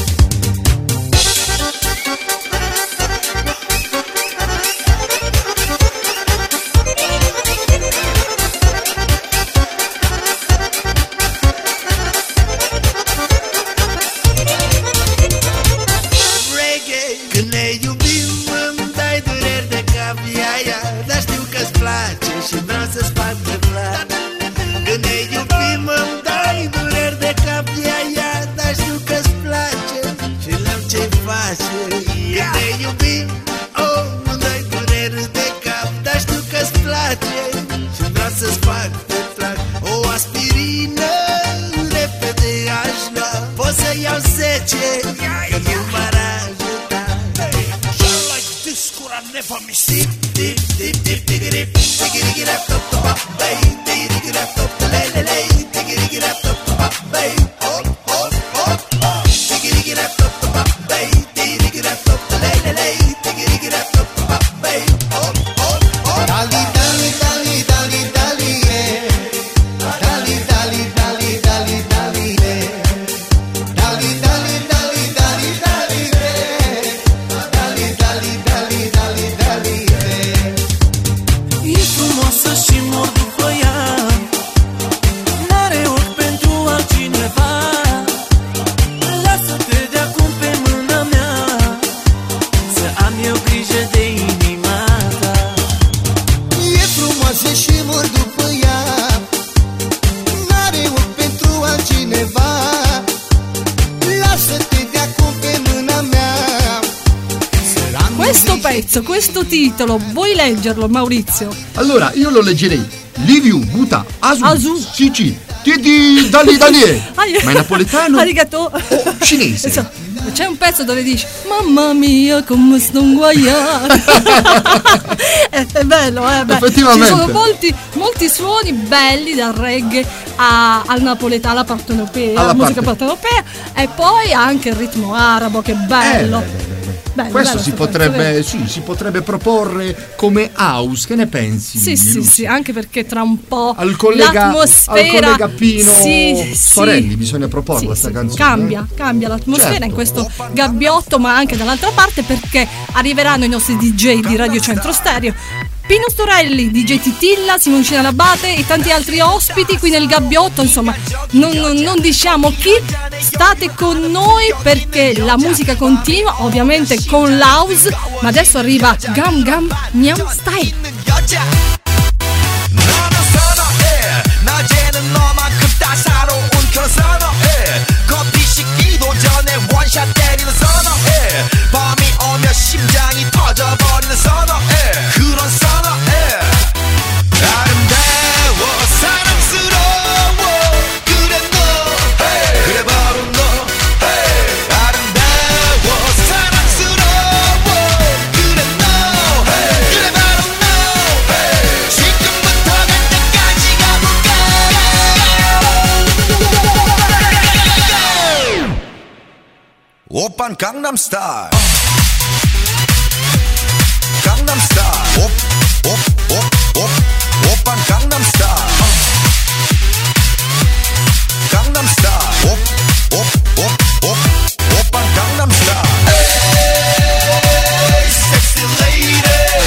Reggae. Când ne iubim îmi dai dureri de cap, ia, ia. Dar știu că-ți place și vreau să-ți fac de plac. Când ne iubim îmi dai dureri de cap, ia, ia. Dar știu că-ți place și n-am ce face. Când ne iubim, oh, îmi dai dureri de cap. Dar știu că-ți place și vreau să-ți fac de plac. O aspirină repede aș lua, pot să iau zece, că nu m-ar ajuta. Shine like this could I never miss it. Dip, dip, dip, dig it, dig it, dig it, up, up, up, up, bay. Dig it, dig it, up, up, le, le, le. Dig it, dig it, up, up, up, up, bay. Hop, hop, hop, hop. Dig it, dig it, up, up, up, up, bay. Dig it, dig it, up, up, le, le, le. Dig it, dig it, up, up, up, up, bay. Hop, hop, hop. Dali, dali, dali, dali, dali, e. Dali, dali, dali, dali, dali, e. Dali, dali, dali, dali, dali, e. Dali, dali, dali, dali, dali, e. E frumoasă și mor după ea, n-are ochi pentru altcineva. Lasă-te de acum pe mâna mea, să am eu grijă de inima ta. E frumoasă și mor după ea, n-are ochi pentru altcineva. Lasă-te de acum pe mâna mea. Questo pezzo, questo titolo, vuoi leggerlo, Maurizio? Allora, io lo leggerei. Liviu, Guta, Asu, Asu. Cici, Titi, Dali, Dali. Ma è napoletano? Arigato. O cinese? Insomma, c'è un pezzo dove dici mamma mia come sto inguaiato. è, è bello, eh, beh. Effettivamente. Ci sono molti, molti suoni belli dal reggae a- al napoletano, alla partenopea, alla musica parte- partenopea, e poi anche il ritmo arabo, che bello. Eh, Bello, Questo bello si sto pezzo, potrebbe, vero? sì, si potrebbe proporre come house, che ne pensi? Sì, sì, Lucy? sì, anche perché tra un po' Al collega, l'atmosfera al collega Pino sì, sì. Sorelli bisogna proporla Sì, questa sì, canzone. Cambia, cambia l'atmosfera Certo. in questo gabbiotto, ma anche dall'altra parte, perché arriveranno i nostri D J di Radio Centro Stereo. Pino Storelli, D J Titilla, Simoncina Labate e tanti altri ospiti qui nel gabbiotto, insomma, non, non, non diciamo chi, state con noi perché la musica continua, ovviamente con l'house, ma adesso arriva Gam Gam Miam Style. 낮에는 너만큼 따사로운 그런 선어해 커피 식기도 전에 원샷 때리는 선어해 밤이 오면 심장이 터져버리는 선어해 그런 선어해 아름다운 오빤 강남 스타일 강남 스타일 오오오오 오빤 강남 스타일 강남 스타일 오오오오 오빤 강남 스타일 에이 섹시 레이디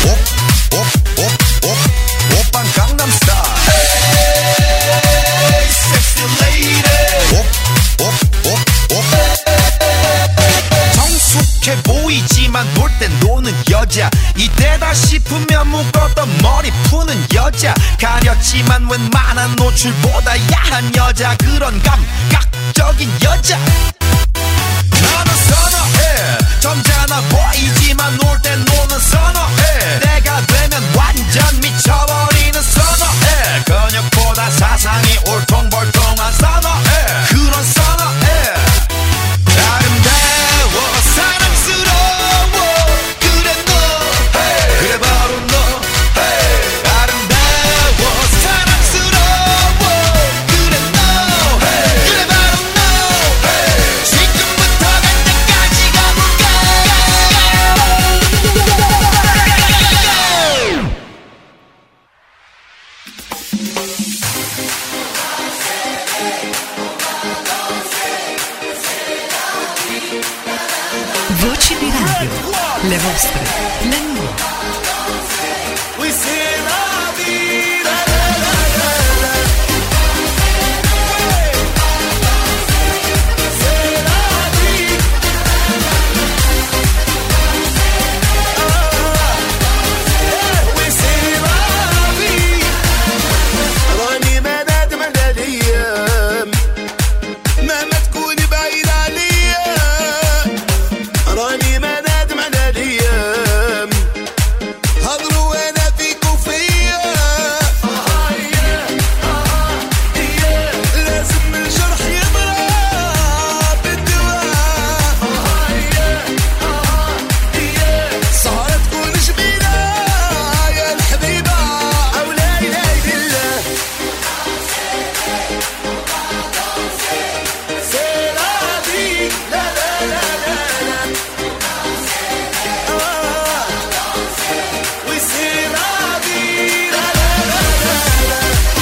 오오오오 오빤 강남 스타일 에이 섹시 레이디 오오오오 정숙해 보이지만 놀 땐 노는 여자 이때다 싶으면 묶었던 머리 푸는 여자 가렸지만 웬만한 노출보다 야한 여자 그런 감각적인 여자 나는 선어해 점잖아 보이지만 놀 땐 노는 선어해 내가 되면 완전 미쳐버리는 선어해 근육보다 사상이 올통벌통한 선어해 그런 선어해 아름다워 사랑스러워 그래 너 hey. 그래 바로 너 hey. 아름다워 사랑스러워 그래 너 hey. 그래 바로 너 hey. 지금부터 갈 때까지 가볼까 Voci di radio, le vostre, le mie. We say la vida, la la la la. Say la vida. We say la vida. راني ما نادم على الأيام مهما تكوني بعيد عليا راني ما نادم على الأيام هضروا وانا فيك وفيا لازم الجرح يضرب بالدواء سهرة تكون جميلة يا الحبيبة أو لا إله إلا الله C'est la vie, la la la la la. Oui, c'est la vie, la la la la la.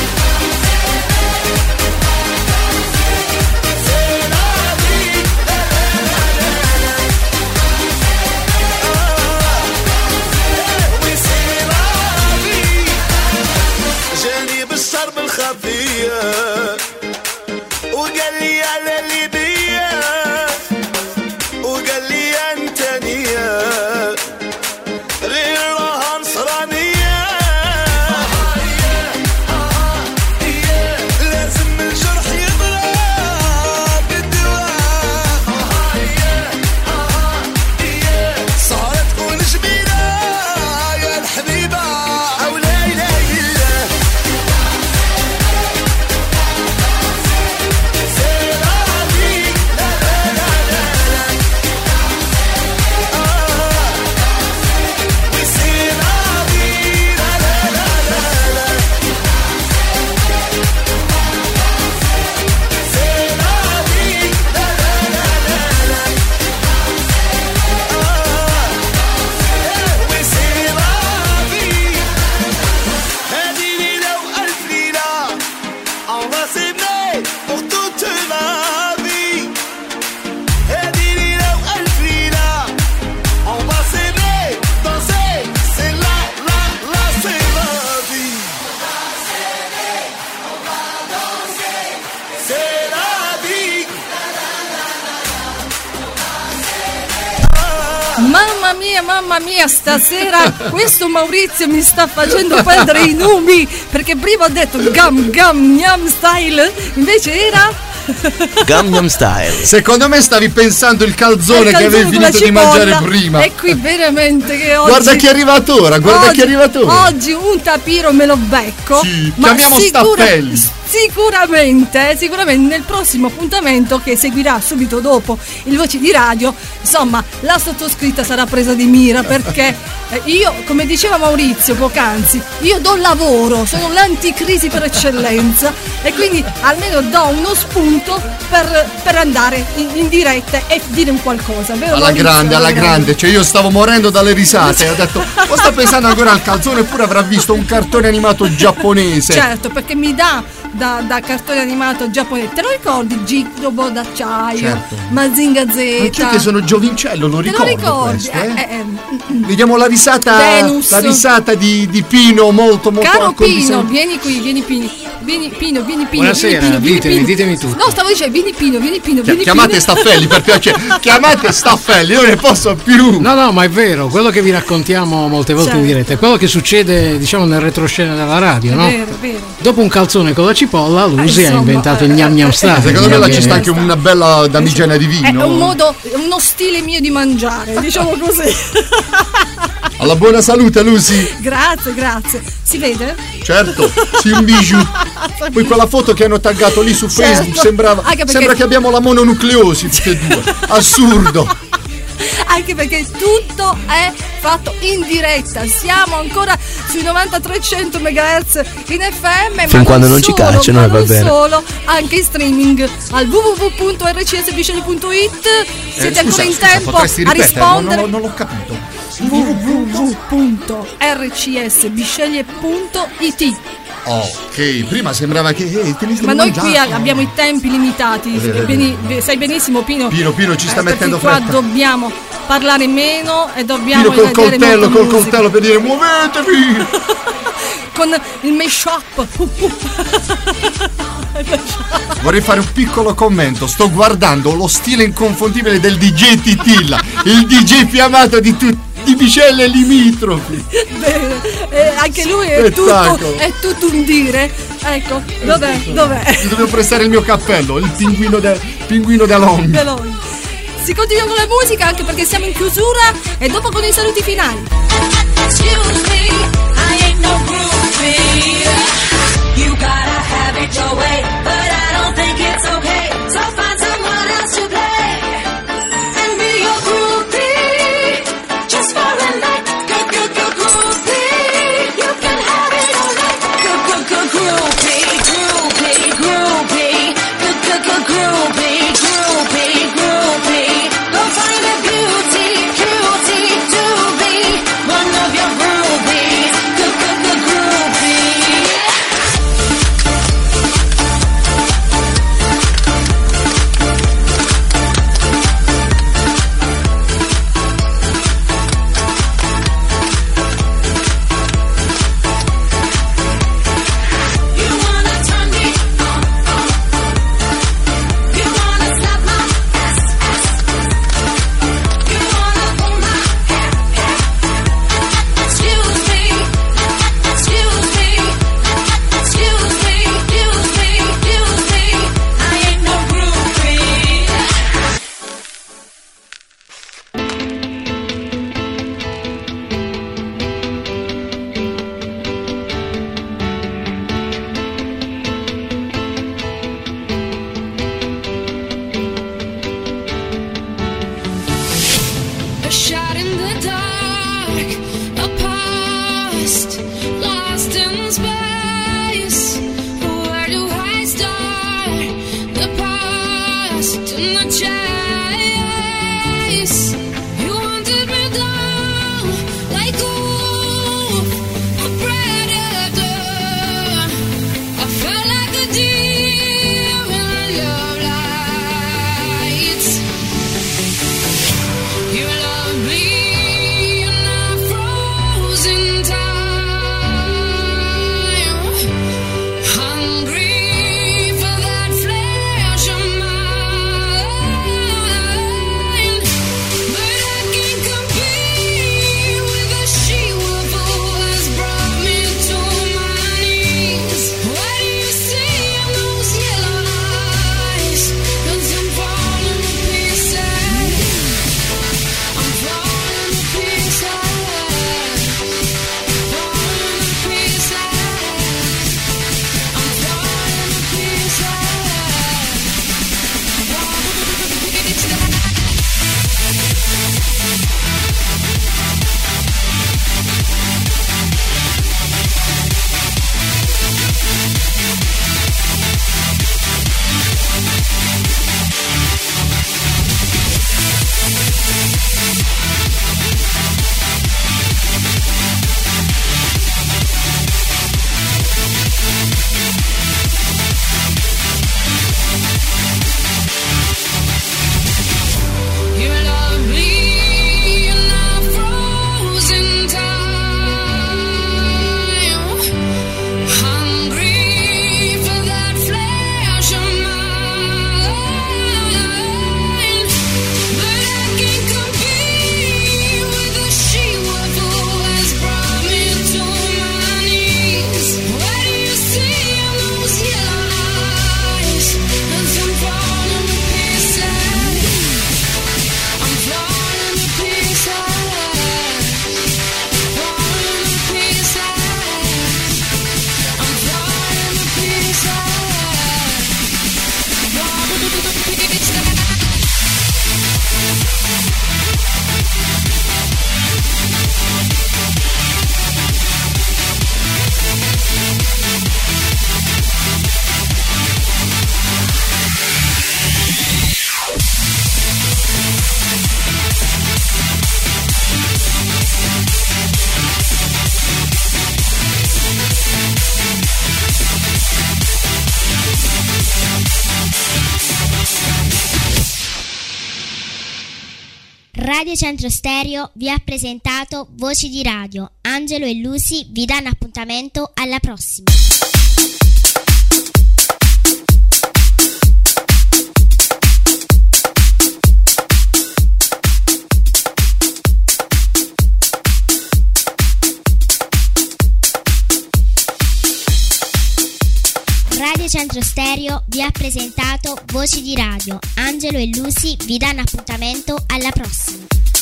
C'est la vie, la la la la la. Oui, c'est la vie. جاني بالشرب الخفية وقال لي على ليبيا وقال لي انت نية غير راها نصرانية لازم الجرح يضرب بالدواء سهرة تكون جميلة يا الحبيبة أو لا إله إلا الله C'est la vie, la la la la la. Oui, c'est la vie, la la la la la. C'est la vie, la la la la la. Oui, c'est la vie. هذه ليلة وألف ليلة On va s'aimer pour toute la vie. هذه ليلة وألف ليلة On va s'aimer, danser. C'est la, la, la, c'est la vie. C'est la vie. Mamma mia, mamma mia, stasera questo Maurizio mi sta facendo perdere i numi, perché prima ho detto gam gam gnam style, invece era Gangnam Style. Secondo me stavi pensando il calzone, il che avevi calzone con la finito di cipolla. mangiare prima. E qui veramente che oggi Guarda chi è arrivato ora, guarda oggi, chi è arrivato ora. Oggi un tapiro me lo becco. Sì, ma chiamiamo sicura- Stappelli. sicuramente, sicuramente nel prossimo appuntamento che seguirà subito dopo il Voci di Radio, insomma, la sottoscritta sarà presa di mira, perché eh, io, come diceva Maurizio poc'anzi, io do lavoro, sono l'anticrisi per eccellenza, e quindi almeno do uno spunto per, per andare in, in diretta e dire un qualcosa, vero alla Maurizio? grande, alla grande, cioè io stavo morendo dalle risate, ho detto, o sta pensando ancora al calzone, eppure avrà visto un cartone animato giapponese. Certo, perché mi dà da, da cartone animato giapponese. Te lo ricordi? G Robot d'acciaio, Certo. Mazinga Z. Anch'io che sono giovincello, lo Te ricordo lo ricordi? questo, eh? Eh, eh, Vediamo la risata, Venus. la risata di, di Pino, molto molto Caro Pino, accondiscendente. vieni qui, vieni Pino. Vieni Pino, vieni Pino. Buonasera, vieni Pino, vieni ditemi, Pino. ditemi tutto. No, stavo dicendo, vieni Pino, vieni Pino, Chi- vieni Chiamate Pino. Staffelli per piacere, chiamate Staffelli, io ne posso più. No, no, ma è vero, quello che vi raccontiamo molte volte Certo. in diretta è quello che succede, diciamo, nel retroscena della radio, È no? vero, è vero. Dopo un calzone con la cipolla, Lusi Eh, ha insomma, inventato il eh, gnam gnam eh, star. Secondo me là ci Gnam sta gnam. anche una bella damigena di È vino. un modo, è uno stile mio di mangiare, diciamo così. Alla buona salute, Lucy. Grazie, grazie. Si vede? Certo, sì, un bijou. Poi quella foto che hanno taggato lì su Facebook Certo. sembrava, Anche perché- sembra che abbiamo la mononucleosi tutte e due. Assurdo. Anche perché tutto è fatto in diretta. Siamo ancora sui novantatrecento megahertz in F M. Fin ma quando non ci solo, cacciano, ma e va non bene. solo, anche in streaming al w w w punto r c s bisceglie punto it. Siete Eh, ancora scusa, in scusa, tempo potresti a ripetere? rispondere. Non, non l'ho capito. w w w punto r c s bisceglie punto i t. Ok, prima sembrava che eh, te li stai Ma noi qui mangiando. abbiamo i tempi limitati. È vero, è Beni- sai benissimo, Pino. Pino, Pino ci sta eh, mettendo perché qua fretta. dobbiamo parlare meno e dobbiamo Pino col vedere coltello, molta col musica. coltello per dire muovetevi. Con il mashup. Vorrei fare un piccolo commento. Sto guardando lo stile inconfondibile del D J Titilla, il D J più amato di tutti. Di Bicelle limitrofi. Bene, eh, anche lui è tutto, Spettacolo. è tutto un dire. Ecco, dov'è? Dov'è? Ti devo prestare il mio cappello, il pinguino de, pinguino da Long. Veloce. Si continua con la musica anche perché siamo in chiusura e dopo con i saluti finali. Excuse me, I ain't no groupie. You gotta have it your way, but I don't think it's okay. So find someone else to play and be your groupie. Just for a night, good, good, good groupie. You can have it all night. Good, good, good groupie, groupie, groupie. Good, good, good groupie, groupie, groupie. Go find a beauty, cutie to be one of your groupies. Good, good, good groupie. You wanna turn me on, on. You wanna slap my ass, ass. You wanna pull my hair, hair. Excuse me, excuse me, excuse me, excuse me, excuse me. I ain't no groupie. A shot in the dark, a past lost in space. Where do I start? The past and the chase. You hunted me down like a wolf, a predator. I felt like a deer in love lights. You love me in a frozen time. Radio Centro Stereo vi ha presentato Voci di Radio. Angelo e Lucy vi danno appuntamento alla prossima. Radio Centro Stereo vi ha presentato Voci di Radio. Angelo e Lucy vi danno appuntamento alla prossima.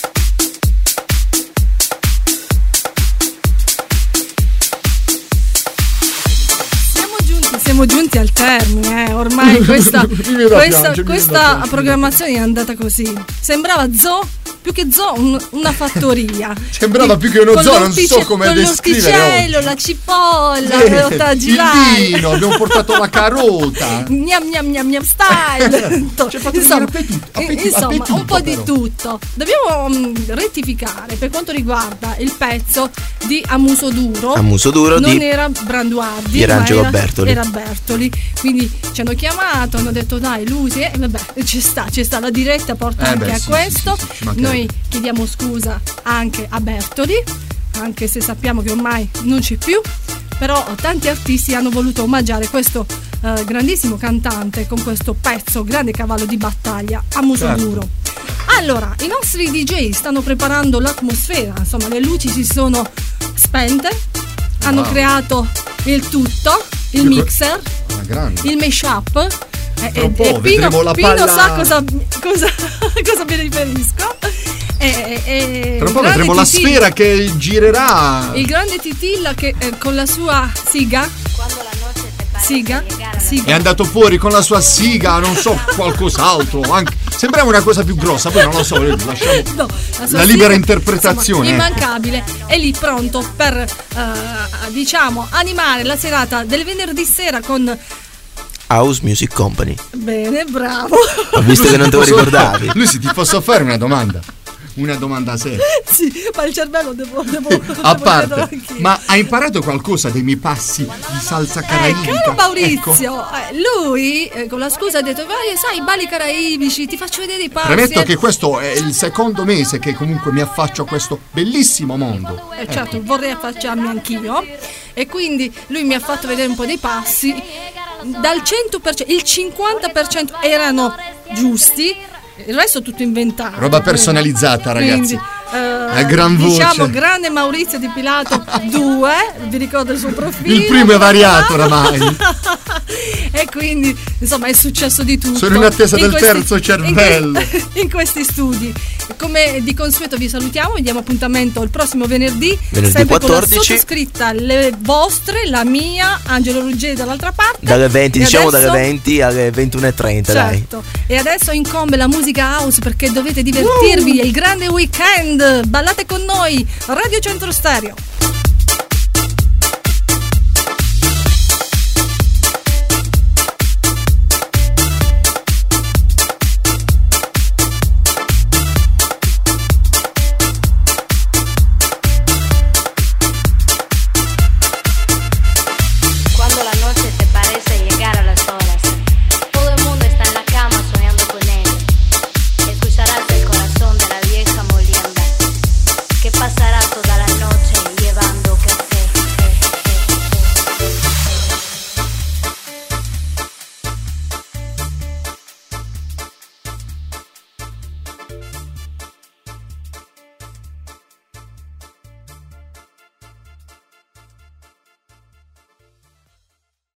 Siamo giunti, siamo giunti al termine, eh. Ormai questa, questa, questa programmazione è andata così. Sembrava zoo. Più che zoo, un, una fattoria. Sembrava più che uno zoo, non so come descrivere. L'orticello, la cipolla, eh, la ortagilare. Il vino, abbiamo portato la carota. Gnam gnam gnam gnam style. Ci ha fatto insomma, appetito, appetito, insomma appetito, un po' però. di tutto. Dobbiamo um, rettificare per quanto riguarda il pezzo di A Muso Duro. A Muso Duro non di era Branduardi, di Angelo ma era Bertoli. Era Bertoli. Quindi ci hanno chiamato, hanno detto dai Lucy, eh, vabbè, ci sta, ci sta la diretta porta Eh anche beh, a sì, questo. sì, sì, ci mancherebbe. Noi chiediamo scusa anche a Bertoli, anche se sappiamo che ormai non c'è più, però tanti artisti hanno voluto omaggiare questo eh, grandissimo cantante con questo pezzo, grande cavallo di battaglia, A Muso Certo. Duro. Allora, i nostri D J stanno preparando l'atmosfera, insomma le luci si sono spente, hanno Wow. creato il tutto, il mixer, Ah, grande. il mashup. E, Tra un e- po' e Pino, vedremo la Pino palla- sa cosa, cosa, cosa mi riferisco. E, e, Tra un po' il grande vedremo la Titilla- sfera che girerà. Il grande Titilla che eh, con la sua siga. Siga? Siga. È andato fuori con la sua siga, non so, qualcos'altro. Anche... Sembrava una cosa più grossa, poi non lo so, lasciamo No, sua la libera siga, interpretazione. insomma, ecco. immancabile, è lì pronto per eh, diciamo animare la serata del venerdì sera con. House Music Company. Bene, bravo. Ho visto che non te lo Posso- ricordavi. Lucy, ti posso fare una domanda? Una domanda seria. Sì, ma il cervello devo, devo, A devo dirlo parte, anch'io. ma hai imparato qualcosa dei miei passi di salsa Eh, caraibica? caro Maurizio, Ecco. eh, lui eh, con la scusa ha detto vai, sai, i balli caraibici, ti faccio vedere i passi. Premetto eh. che questo è il secondo mese che comunque mi affaccio a questo bellissimo mondo. Eh, certo, vorrei affacciarmi anch'io. E quindi lui mi ha fatto vedere un po' dei passi. Dal cento per cento, il cinquanta per cento erano giusti, il resto tutto inventato. Roba personalizzata, ragazzi. Quindi, eh, A gran voce. diciamo grande Maurizio Di Pilato due, vi ricordo il suo profilo. Il primo è variato oramai. E quindi insomma è successo di tutto. Sono in attesa del questi- terzo cervello. In, que- in questi studi. Come di consueto vi salutiamo, vi diamo appuntamento il prossimo venerdì, Venerdì sempre quattordici. con la sottoscritta, le vostre, la mia, Angelo Ruggeri dall'altra parte. Dalle venti, E diciamo adesso- dalle venti alle ventuno e trenta, dai. Certo. E adesso incombe la musica house perché dovete divertirvi, è il grande weekend. Ballate con noi, Radio Centro Stereo.